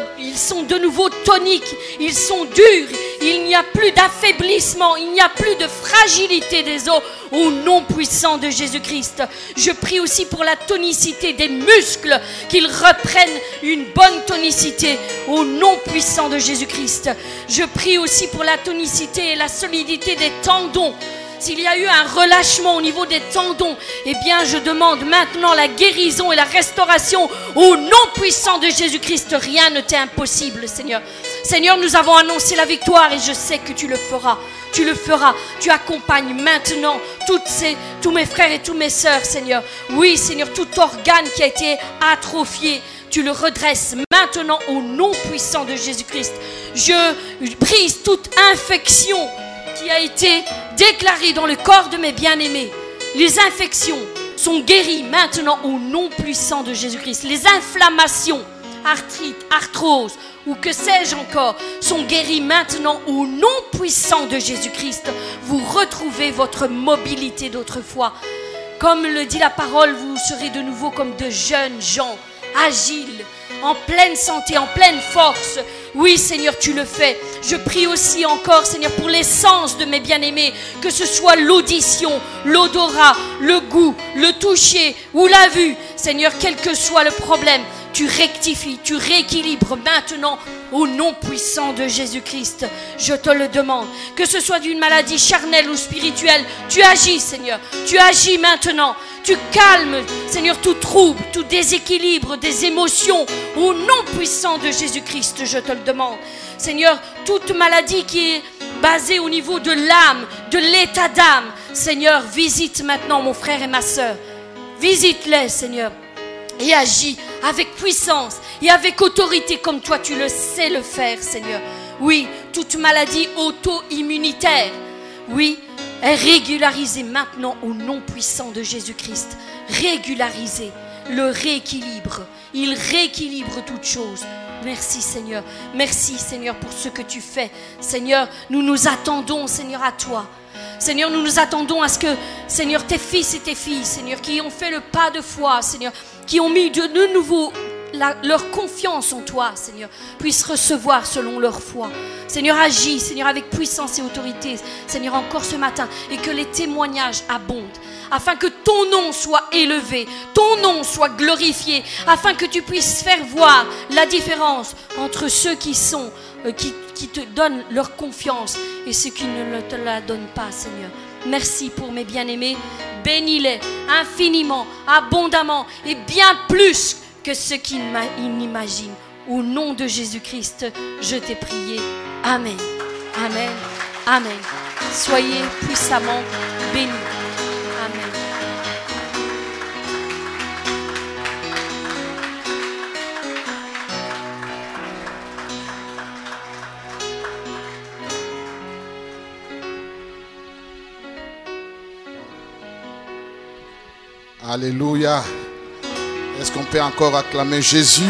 de nouveau toniques, ils sont durs, il n'y a plus d'affaiblissement, il n'y a plus de fragilité des os, au nom puissant de Jésus-Christ. Je prie aussi pour la tonicité des muscles, qu'ils reprennent une bonne tonicité, au nom puissant de Jésus-Christ. Je prie aussi pour la tonicité et la solidité des tendons. S'il y a eu un relâchement au niveau des tendons, eh bien je demande maintenant la guérison et la restauration au nom puissant de Jésus-Christ. Rien ne t'est impossible, Seigneur. Seigneur, nous avons annoncé la victoire et je sais que tu le feras. Tu le feras. Tu accompagnes maintenant tous mes frères et toutes mes sœurs, Seigneur. Oui, Seigneur, tout organe qui a été atrophié, tu le redresses maintenant au nom puissant de Jésus-Christ. Je brise toute infection qui a été déclarée dans le corps de mes bien-aimés. Les infections sont guéries maintenant au nom puissant de Jésus-Christ. Les inflammations, arthrite, arthrose ou que sais-je encore, sont guéries maintenant au nom puissant de Jésus-Christ. Vous retrouvez votre mobilité d'autrefois. Comme le dit la parole, vous serez de nouveau comme de jeunes gens, agiles, en pleine santé, en pleine force. Oui, Seigneur, tu le fais. Je prie aussi encore, Seigneur, pour les sens de mes bien-aimés, que ce soit l'audition, l'odorat, le goût, le toucher ou la vue. Seigneur, quel que soit le problème, tu rectifies, tu rééquilibres maintenant au nom puissant de Jésus-Christ. Je te le demande. Que ce soit d'une maladie charnelle ou spirituelle, tu agis, Seigneur. Tu agis maintenant. Tu calmes, Seigneur, tout trouble, tout déséquilibre des émotions. Au nom puissant de Jésus-Christ, je te le demande. Seigneur, toute maladie qui est basée au niveau de l'âme, de l'état d'âme, Seigneur, visite maintenant mon frère et ma sœur. Visite-les, Seigneur. Et agis avec puissance et avec autorité comme toi tu le sais le faire, Seigneur. Oui, toute maladie auto-immunitaire. Oui, est régularisé maintenant au nom puissant de Jésus-Christ. Régularisé, le rééquilibre. Il rééquilibre toutes choses. Merci Seigneur. Merci Seigneur pour ce que tu fais. Seigneur, nous nous attendons Seigneur à toi. Seigneur, nous nous attendons à ce que, Seigneur, tes fils et tes filles, Seigneur, qui ont fait le pas de foi, Seigneur, qui ont mis de nouveau leur confiance en toi, Seigneur, puissent recevoir selon leur foi. Seigneur, agis, Seigneur, avec puissance et autorité, Seigneur, encore ce matin, et que les témoignages abondent, afin que ton nom soit élevé, ton nom soit glorifié, afin que tu puisses faire voir la différence entre ceux qui sont, qui te donnent leur confiance et ceux qui ne te la donnent pas, Seigneur. Merci pour mes bien-aimés, bénis-les infiniment, abondamment et bien plus que ce qu'ils n'imaginent. Au nom de Jésus-Christ, je t'ai prié. Amen. Amen. Amen. Soyez puissamment bénis. Amen. Alléluia. Est-ce qu'on peut encore acclamer Jésus?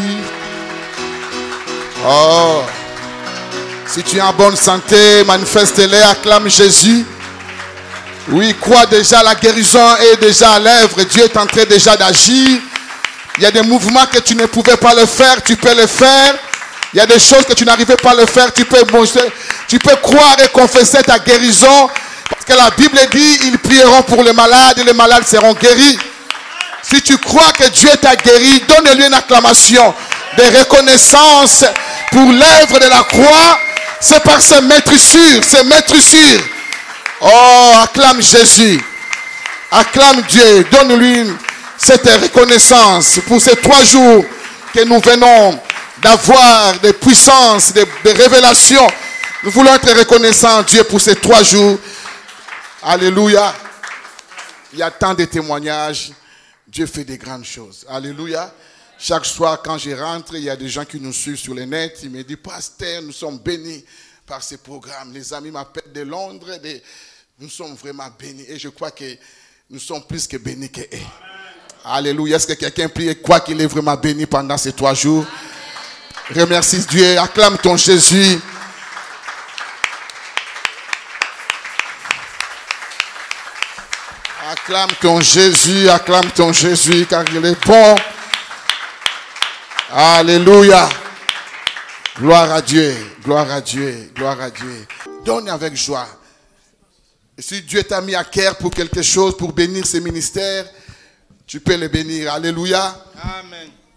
Oh, si tu es en bonne santé, manifeste-les, acclame Jésus. Oui, crois déjà, la guérison est déjà à l'œuvre. Dieu est en train déjà d'agir. Il y a des mouvements que tu ne pouvais pas le faire, tu peux le faire. Il y a des choses que tu n'arrivais pas à le faire, tu peux croire et confesser ta guérison. Parce que la Bible dit, ils prieront pour les malades et les malades seront guéris. Si tu crois que Dieu t'a guéri, donne-lui une acclamation de reconnaissance pour l'œuvre de la croix. C'est par ce maître sûr, ce maître sûr. Oh, acclame Jésus. Acclame Dieu. Donne-lui cette reconnaissance pour ces 3 jours que nous venons d'avoir des puissances, des révélations. Nous voulons être reconnaissants, Dieu, pour ces 3 jours. Alléluia. Il y a tant de témoignages. Dieu fait des grandes choses. Alléluia. Chaque soir, quand je rentre, il y a des gens qui nous suivent sur le net. Ils me disent, pasteur, nous sommes bénis par ces programmes. Les amis m'appellent de Londres. Nous sommes vraiment bénis. Et je crois que nous sommes plus que bénis qu'eux. Alléluia. Est-ce que quelqu'un prie et croit qu'il est vraiment béni pendant ces 3 jours? Remercie Dieu. Acclame ton Jésus. Acclame ton Jésus, car il est bon. Alléluia. Gloire à Dieu, gloire à Dieu, gloire à Dieu. Donne avec joie. Et si Dieu t'a mis à cœur pour quelque chose, pour bénir ses ministères, tu peux les bénir. Alléluia. Amen.